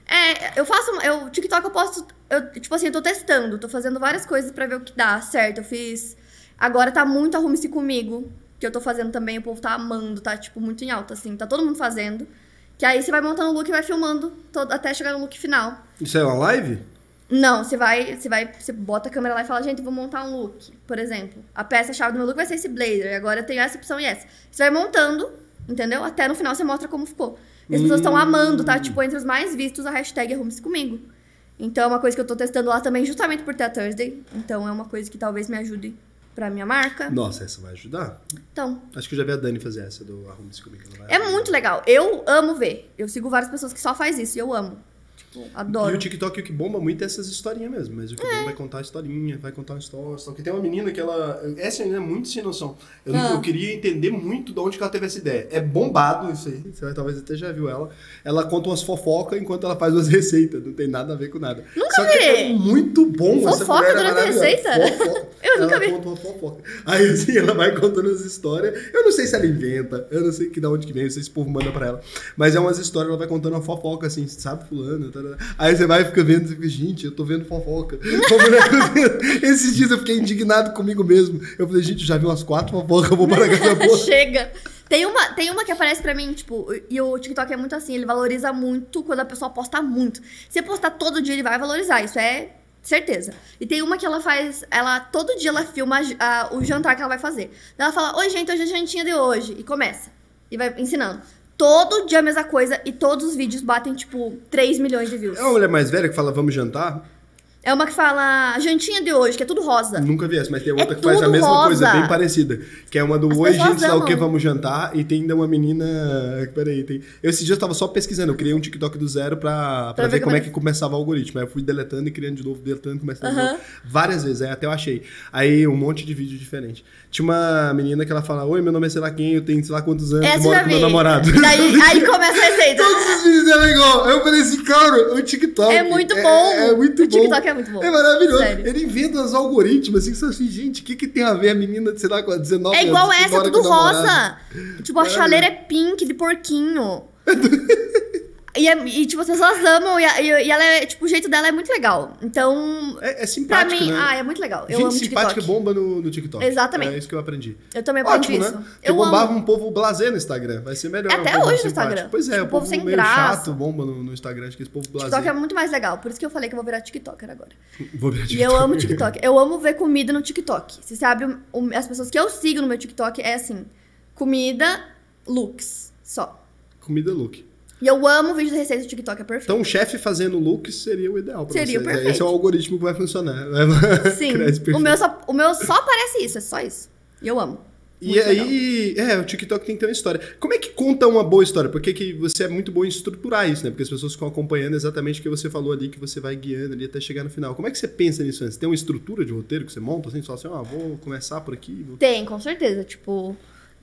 TikTok eu posto, tipo assim, eu tô testando, tô fazendo várias coisas pra ver o que dá, certo? Eu fiz, agora tá muito Arrume-se Comigo, que eu tô fazendo também, o povo tá amando, tá, tipo, muito em alta, assim, tá todo mundo fazendo. Que aí você vai montando o look e vai filmando até chegar no look final. Isso é uma live? Não, você bota a câmera lá e fala, gente, vou montar um look, por exemplo. A peça-chave do meu look vai ser esse blazer, agora eu tenho essa opção e essa. Você vai montando, entendeu? Até no final você mostra como ficou. E as pessoas estão amando, tá? Tipo, entre os mais vistos, a hashtag Arrume-se Comigo. Então, é uma coisa que eu tô testando lá também, justamente por ter a Thursday. Então, é uma coisa que talvez me ajude pra minha marca. Nossa, essa vai ajudar? Então, Acho que eu já vi a Dani fazer essa do Arrume-se Comigo. é muito legal. Eu amo ver. Eu sigo várias pessoas que só faz isso e eu amo. Tipo, E adoro. o TikTok, o que bomba muito é essas historinhas mesmo. Mas o que bomba vai contar a historinha, vai contar uma história. Porque tem uma menina que ela... Essa menina é muito sem noção. Eu queria entender muito de onde que ela teve essa ideia. É bombado isso aí. Você vai, talvez até já viu ela. Ela conta umas fofocas enquanto ela faz umas receitas. Não tem nada a ver com nada. Nunca Só que vi. é muito bom. Essa Fofoca mulher é durante a maravilhosa. receita? Fofoca. Eu nunca Ela vi. conta uma fofoca. Aí assim, ela vai contando as histórias. Eu não sei se ela inventa. Eu não sei de onde que vem. Não sei se o povo manda pra ela. Mas é umas histórias, ela vai contando uma fofoca assim. Sabe fulano? Aí você vai e fica vendo, você fica, gente, eu tô vendo fofoca. Esses dias eu fiquei indignado comigo mesmo. Eu falei, gente, eu já vi umas 4 fofocas, eu vou parar com essa porra. Chega! Tem uma que aparece pra mim, tipo, e o TikTok é muito assim, ele valoriza muito quando a pessoa posta muito. Se você postar todo dia, ele vai valorizar, isso é certeza. E tem uma que ela faz, todo dia ela filma o jantar que ela vai fazer. Ela fala, oi gente, hoje é a jantinha de hoje. E começa. E vai ensinando. Todo dia a mesma coisa e todos os vídeos batem, tipo, 3 milhões de views. É uma mulher mais velha que fala, vamos jantar? É uma que fala, jantinha de hoje, que é tudo rosa. Nunca vi essa, mas tem É outra que faz a tudo mesma rosa. coisa, bem parecida. Que é uma do As Oi, pessoas gente, sei lá o que, amam. vamos jantar. E tem ainda uma menina... Peraí, tem... Esse dia eu tava só pesquisando, eu criei um TikTok do zero pra ver como é que começava o algoritmo. Aí eu fui deletando e criando de novo, deletando, começando de novo. Várias vezes, aí até eu achei. Aí um monte de vídeo diferente. Tinha uma menina que ela fala, oi, meu nome é sei lá quem, eu tenho sei lá quantos anos, Essa moro já com meu vi. namorado. Aí começa a receita. Todos os vídeos dela é igual. Aí eu falei assim, cara, o TikTok... É muito bom. É muito O bom. TikTok é muito bom. É maravilhoso. Sério. Ele inventa os algoritmos, assim, que você fala assim, gente, o que tem a ver a menina de, sei lá, com 19 É igual anos? que essa, mora tudo com o namorado? rosa. Tipo, a chaleira é pink, de porquinho. Tipo, as pessoas amam e ela é, tipo, o jeito dela é muito legal. Então, É simpático, pra mim, né? é muito legal. Eu Gente amo simpática TikTok. bomba no TikTok. Exatamente. É isso que eu aprendi. Eu também aprendi Ótimo, isso. né? Porque bombava um povo blasé no Instagram. Vai ser melhor. Até um povo hoje no simpático. Instagram. Pois é, Tipo, o povo sem meio graça. chato bomba no Instagram. Acho que esse povo blasé. TikTok é muito mais legal. Por isso que eu falei que eu vou virar TikToker agora. Vou virar E eu amo TikTok. Eu amo ver comida no TikTok. Se você abre as pessoas que eu sigo no meu TikTok, é assim: comida, looks, só. Comida look. E eu amo vídeo de receita do TikTok, é perfeito. Então, o chefe fazendo looks seria o ideal pra Seria você. perfeito. Esse é o algoritmo que vai funcionar. Sim, Cresce perfeito. o meu só aparece isso, é só isso. E eu amo. E aí, o TikTok tem que ter uma história. Como é que conta uma boa história? Porque que você é muito bom em estruturar isso, né? Porque as pessoas ficam acompanhando exatamente o que você falou ali, que você vai guiando ali até chegar no final. Como é que você pensa nisso antes? Tem uma estrutura de roteiro que você monta, assim, só assim, vou começar por aqui? Tem, com certeza. Tipo,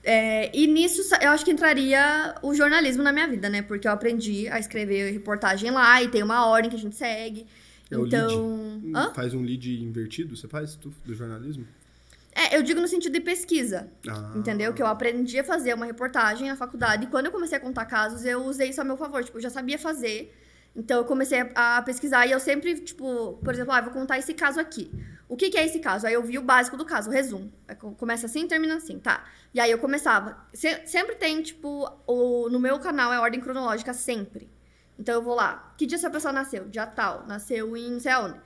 e nisso eu acho que entraria o jornalismo na minha vida, né? Porque eu aprendi a escrever reportagem lá e tem uma ordem que a gente segue. É o Então. lead? Faz um lead invertido? Você faz do jornalismo? Eu digo no sentido de pesquisa, Ah. entendeu? Que eu aprendi a fazer uma reportagem na faculdade e quando eu comecei a contar casos, eu usei isso a meu favor. Tipo, eu já sabia fazer, então eu comecei a pesquisar e eu sempre, tipo, por exemplo, vou contar esse caso aqui. O que é esse caso? Aí eu vi o básico do caso, o resumo. Começa assim, termina assim, tá? E aí eu começava. Sempre tem, tipo, no meu canal é ordem cronológica, sempre. Então eu vou lá. Que dia essa pessoa nasceu? Dia tal. Nasceu em não sei aonde.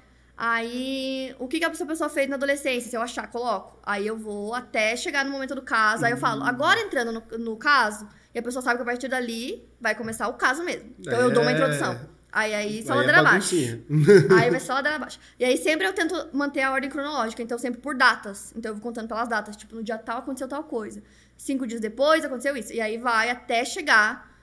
Aí, o que essa pessoa fez na adolescência? Se eu achar, coloco. Aí eu vou até chegar no momento do caso. Aí eu falo, agora entrando no caso, e a pessoa sabe que a partir dali vai começar o caso mesmo. Então eu dou uma introdução. Aí só ladeira abaixo. Aí vai só ladeira abaixo. E aí sempre eu tento manter a ordem cronológica, então sempre por datas. Então eu vou contando pelas datas. Tipo, no dia tal aconteceu tal coisa. 5 dias depois aconteceu isso. E aí vai até chegar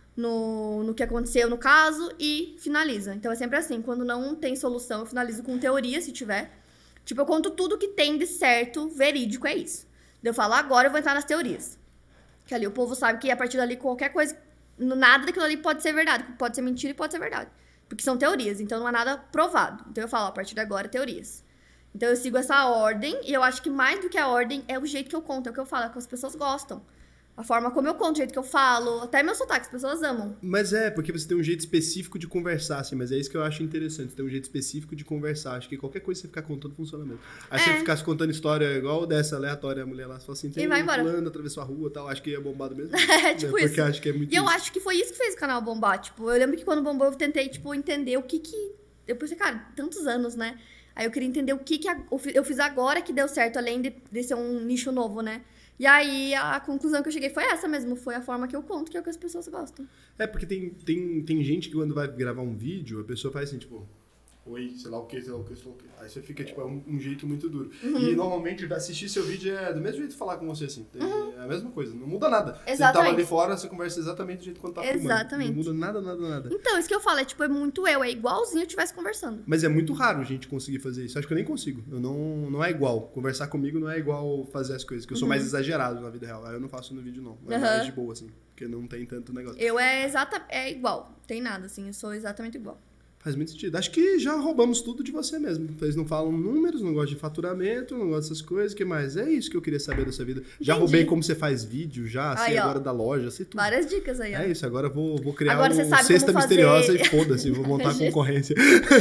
no que aconteceu no caso e finaliza. Então é sempre assim, quando não tem solução, eu finalizo com teoria, se tiver. Tipo, eu conto tudo que tem de certo, verídico, é isso. Eu falo, agora eu vou entrar nas teorias. Que ali o povo sabe que a partir dali qualquer coisa, nada daquilo ali pode ser verdade, pode ser mentira e pode ser verdade. Porque são teorias, então não é nada provado. Então eu falo, a partir de agora, teorias. Então eu sigo essa ordem e eu acho que mais do que a ordem é o jeito que eu conto, é o que eu falo, é o que as pessoas gostam. A forma como eu conto, o jeito que eu falo, até meu sotaque, as pessoas amam. Mas porque você tem um jeito específico de conversar, assim, mas é isso que eu acho interessante, você tem um jeito específico de conversar. Acho que qualquer coisa que você ficar contando funciona mesmo. Aí você ficasse contando história igual dessa aleatória, a mulher lá, você fala assim, tem um fulano, atravessou a rua e tal, acho que é bombado mesmo. Tipo porque isso. Acho que é muito e eu acho que foi isso que fez o canal bombar, tipo, eu lembro que quando bombou eu tentei, tipo, entender o que eu pensei, cara, tantos anos, né? Aí eu queria entender o que eu fiz agora que deu certo, além de ser um nicho novo, né? E aí, a conclusão que eu cheguei foi essa mesmo. Foi a forma que eu conto, que é o que as pessoas gostam. Porque tem gente que quando vai gravar um vídeo, a pessoa faz assim, tipo... Oi, sei lá o que, sei lá o que, sei lá o que. Aí você fica, tipo, um jeito muito duro. E normalmente assistir seu vídeo é do mesmo jeito de falar com você, assim. É a mesma coisa, não muda nada. Exatamente. Você tava ali fora, você conversa exatamente do jeito quando tá filmando. Exatamente. Não muda nada. Então, isso que eu falo, é muito eu, é igualzinho eu estivesse conversando. Mas é muito raro a gente conseguir fazer isso. Acho que eu nem consigo. Eu não é igual. Conversar comigo não é igual fazer as coisas. Que eu sou mais exagerado na vida real. Aí eu não faço no vídeo, não. É mais de boa, assim. Porque não tem tanto negócio. Eu é igual. Tem nada, assim. Eu sou exatamente igual. Faz muito sentido. Acho que já roubamos tudo de você mesmo. Vocês não falam números, não gostam de faturamento, não gostam dessas coisas. O que mais? É isso que eu queria saber da sua vida. Já roubei como você faz vídeo, já, sei agora da loja, sei tudo. Várias dicas aí, ó. É isso, agora vou criar agora uma cesta misteriosa e foda-se, vou montar a concorrência.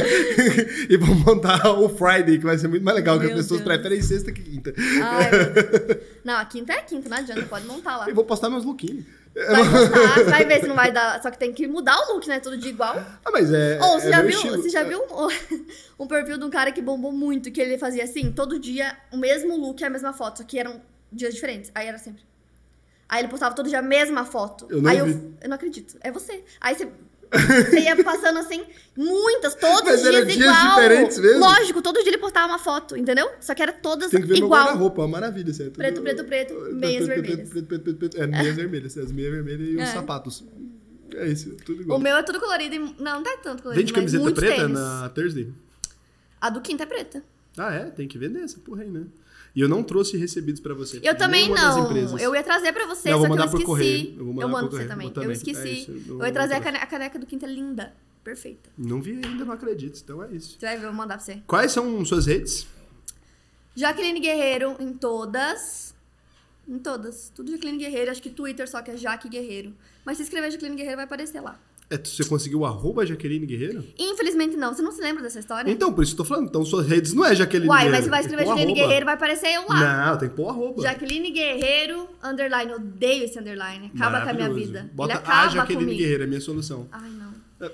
E vou montar o Friday, que vai ser muito mais legal, que as pessoas preferem sexta que quinta. Ai, não, a quinta é a quinta, não adianta, pode montar lá. E vou postar meus lookinhos. Vai postar, vai ver se não vai dar. Só que tem que mudar o look, né? Tudo de igual. Mas Ou você já viu um perfil de um cara que bombou muito, que ele fazia assim, todo dia o mesmo look e a mesma foto, só que eram dias diferentes. Aí era sempre. Aí ele postava todo dia a mesma foto. Eu não vi. Eu não acredito. É você. Aí você ia passando assim, muitas, todos os dias dias igual. Diferentes mesmo? Lógico, todo dia ele postava uma foto, entendeu? Só que era todas tem que ver igual. Meu guarda-roupa, é uma maravilha, certo? Preto, meias vermelhas. Meias vermelhas, as meias vermelhas e os sapatos. É isso, tudo igual. O meu é tudo colorido. Não tá tanto colorido. Vende camiseta preta tênis. na Thursday? A do quinta é preta. Tem que vender essa porra aí, né? E eu não trouxe recebidos pra você. Eu também não. Eu ia trazer pra você, só que eu esqueci. Correio. Eu mando pra você também. Eu esqueci. Eu ia trazer a caneca do quinta linda. Perfeita. Não vi ainda, não acredito. Então é isso. Você vai ver, eu vou mandar pra você. Quais são suas redes? Jaqueline Guerreiro em todas. Tudo Jaqueline Guerreiro. Acho que Twitter só que é Jaque Guerreiro. Mas se escrever Jaqueline Guerreiro vai aparecer lá. Você conseguiu o @Jaqueline Guerreiro? Infelizmente não. Você não se lembra dessa história? Então, por isso que eu tô falando. Então, suas redes não é Jaqueline Uai, Guerreiro. mas você vai escrever Tem que pôr Jaqueline Guerreiro, vai aparecer eu lá. Não, tem que pôr @. Jaqueline Guerreiro, underline. Odeio esse underline. Acaba com a minha vida. Bota Ele acaba Jaqueline comigo. Guerreiro, é a minha solução. Ai, não.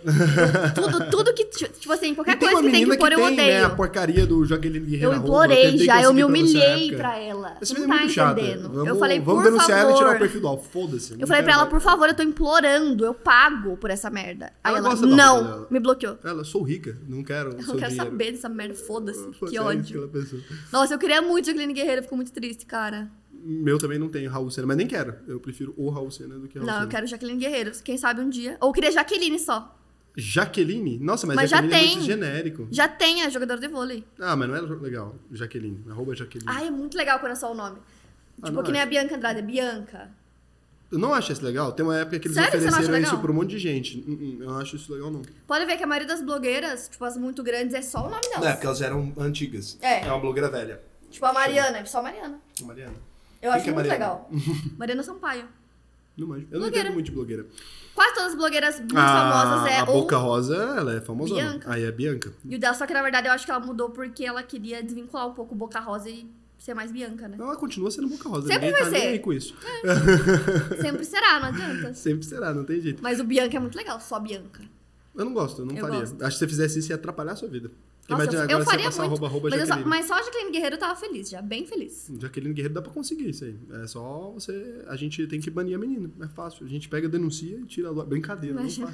Tudo que, tipo assim, qualquer E tem coisa uma que tem menina que pôr, eu tem, odeio. né, a porcaria do Jaqueline Guerreiro Eu na implorei tentei já, eu me conseguir pra você na humilhei época. pra ela. Essa Você não menina é tá muito chata. entendendo. Eu falei, Vamos por denunciar favor. ela e tirar o perfil do alvo. Foda-se. Eu falei pra ela, por favor, eu tô implorando, eu pago por essa merda. Aí Ela ela, gosta da roupa não, dela. me bloqueou. Ela, sou rica, não quero Eu seu não quero dinheiro. saber dessa merda, foda-se, Foi que só isso que ódio. ela pensou. Nossa, eu queria muito Jaqueline Guerreiro, eu fico muito triste, cara. Meu também não tem Raul Sena, mas nem quero. Eu prefiro o Raul Sena do que Raul Sena. Não, eu quero Jaqueline Guerreiro, quem sabe um dia. Ou eu queria Jaqueline só. Jaqueline? Nossa, mas Mas já Jaqueline é tem. muito genérico. Já tem a jogadora de vôlei. Ah, mas não é legal. Jaqueline. @Jaqueline. Ai, é muito legal quando é só o nome. Ah, Tipo, não que nem a acho. Bianca Andrade, é Bianca. Eu não acho isso legal. Tem uma época que eles Sério que você não acha ofereceram legal? isso pra um monte de gente. Eu não acho isso legal, não. Pode ver que a maioria das blogueiras, tipo, as muito grandes, é só o nome delas. É, porque elas eram antigas. É. É uma blogueira velha. Tipo, a Mariana, é só a Mariana. Mariana. Eu Quem acho que é muito Mariana? legal. Mariana Sampaio. Não manjo. Eu não Blogueira. entendo muito de blogueira. Quase todas as blogueiras muito famosas é A ou... Boca Rosa, ela é famosona. Bianca. Aí é Bianca. E o dela, só que na verdade eu acho que ela mudou porque ela queria desvincular um pouco o Boca Rosa e ser mais Bianca, né? Ela continua sendo Boca Rosa. Sempre Ninguém vai tá nem ser. aí com isso. Sempre será, não adianta. Sempre será, não tem jeito. Mas o Bianca é muito legal, só Bianca. Eu não gosto, eu não Eu faria. gosto. Acho que se você fizesse isso, ia atrapalhar a sua vida. Porque Nossa, imagina eu agora faria você passar muito. @, Mas, Jaqueline. mas só a Jaqueline Guerreiro eu tava feliz já, bem feliz. Jaqueline Guerreiro dá pra conseguir isso aí. É só você... A gente tem que banir a menina. É fácil. A gente pega, denuncia e tira do ar. Brincadeira, não faça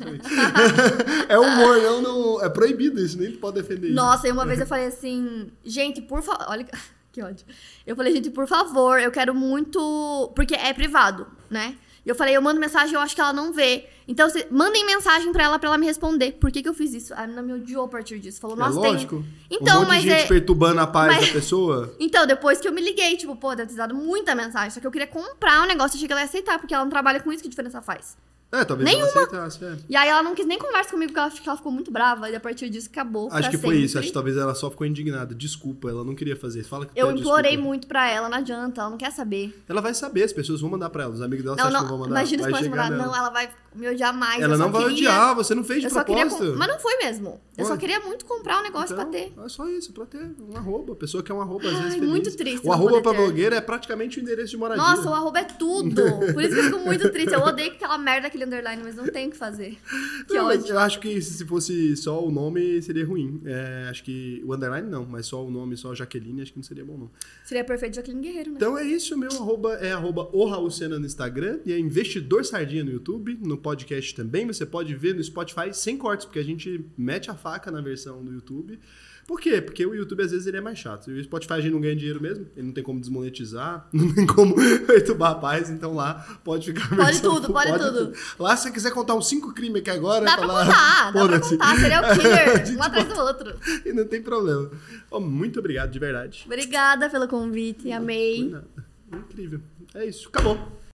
isso. É humor, não... É proibido isso, nem pode defender isso. Nossa, e uma vez eu falei assim, gente, por favor, olha que ódio. Eu falei, gente, por favor, eu quero muito, porque é privado, né? E eu falei, eu mando mensagem, eu acho que ela não vê. Então, mandem mensagem pra ela me responder. Por que eu fiz isso? A menina me odiou a partir disso. Falou, nossa, é lógico. tem... Então, um monte de gente perturbando a paz da pessoa. Então, depois que eu me liguei, tipo, pô, deve ter dado muita mensagem. Só que eu queria comprar um negócio, achei que ela ia aceitar, porque ela não trabalha com isso, que diferença faz? É, talvez Nenhuma. ela aceitasse, é. E aí ela não quis nem conversa comigo, porque ela, acho que ela ficou muito brava. E a partir disso acabou. Acho pra que foi sempre. isso. Acho que talvez ela só ficou indignada. Desculpa, ela não queria fazer isso. Fala que Eu pede implorei desculpa. muito pra ela, não adianta, ela não quer saber. Ela vai saber, as pessoas vão mandar pra ela. Os amigos dela Não, você acha que não, não vão mandar? imagina se Vai fosse chegar mandar. nela. Não, ela vai me odiar mais. Ela eu só não vai queria... odiar, você não fez de Eu só queria... proposta. Mas não foi mesmo. Eu só Ué. queria muito comprar um negócio pra ter. É só isso, pra ter um @. A pessoa quer um @, às Ai, vezes feliz. muito triste O não @ poder pra ter. blogueira é praticamente o endereço de moradia. Nossa, o arroba é tudo. Por isso que eu fico muito triste. Eu odeio aquela merda, aquele underline, mas não tem o que fazer. Que Não, mas ódio. eu acho que se fosse só o nome, seria ruim. É, acho que o underline não, mas só o nome, só Jaqueline, acho que não seria bom, não. Seria perfeito Jaqueline Guerreiro, né? Então é isso, meu @ é o Raul Sena no Instagram e é Investidor Sardinha no YouTube, no podcast também. Você pode ver no Spotify sem cortes, porque a gente mete a faca na versão do YouTube. Por quê? Porque o YouTube, às vezes, ele é mais chato. E o Spotify a gente não ganha dinheiro mesmo, ele não tem como desmonetizar, não tem como perturbar a paz, então lá pode ficar a Pode versão tudo, pode tudo. Lá, se você quiser contar uns 5 crimes aqui agora... Dá pra falar, contar, dá pra foda-se. contar. Serial A killer, gente um atrás do outro. E não tem problema. Ó, muito obrigado, de verdade. Obrigada pelo convite, amei. Foi nada. Incrível. É isso, acabou.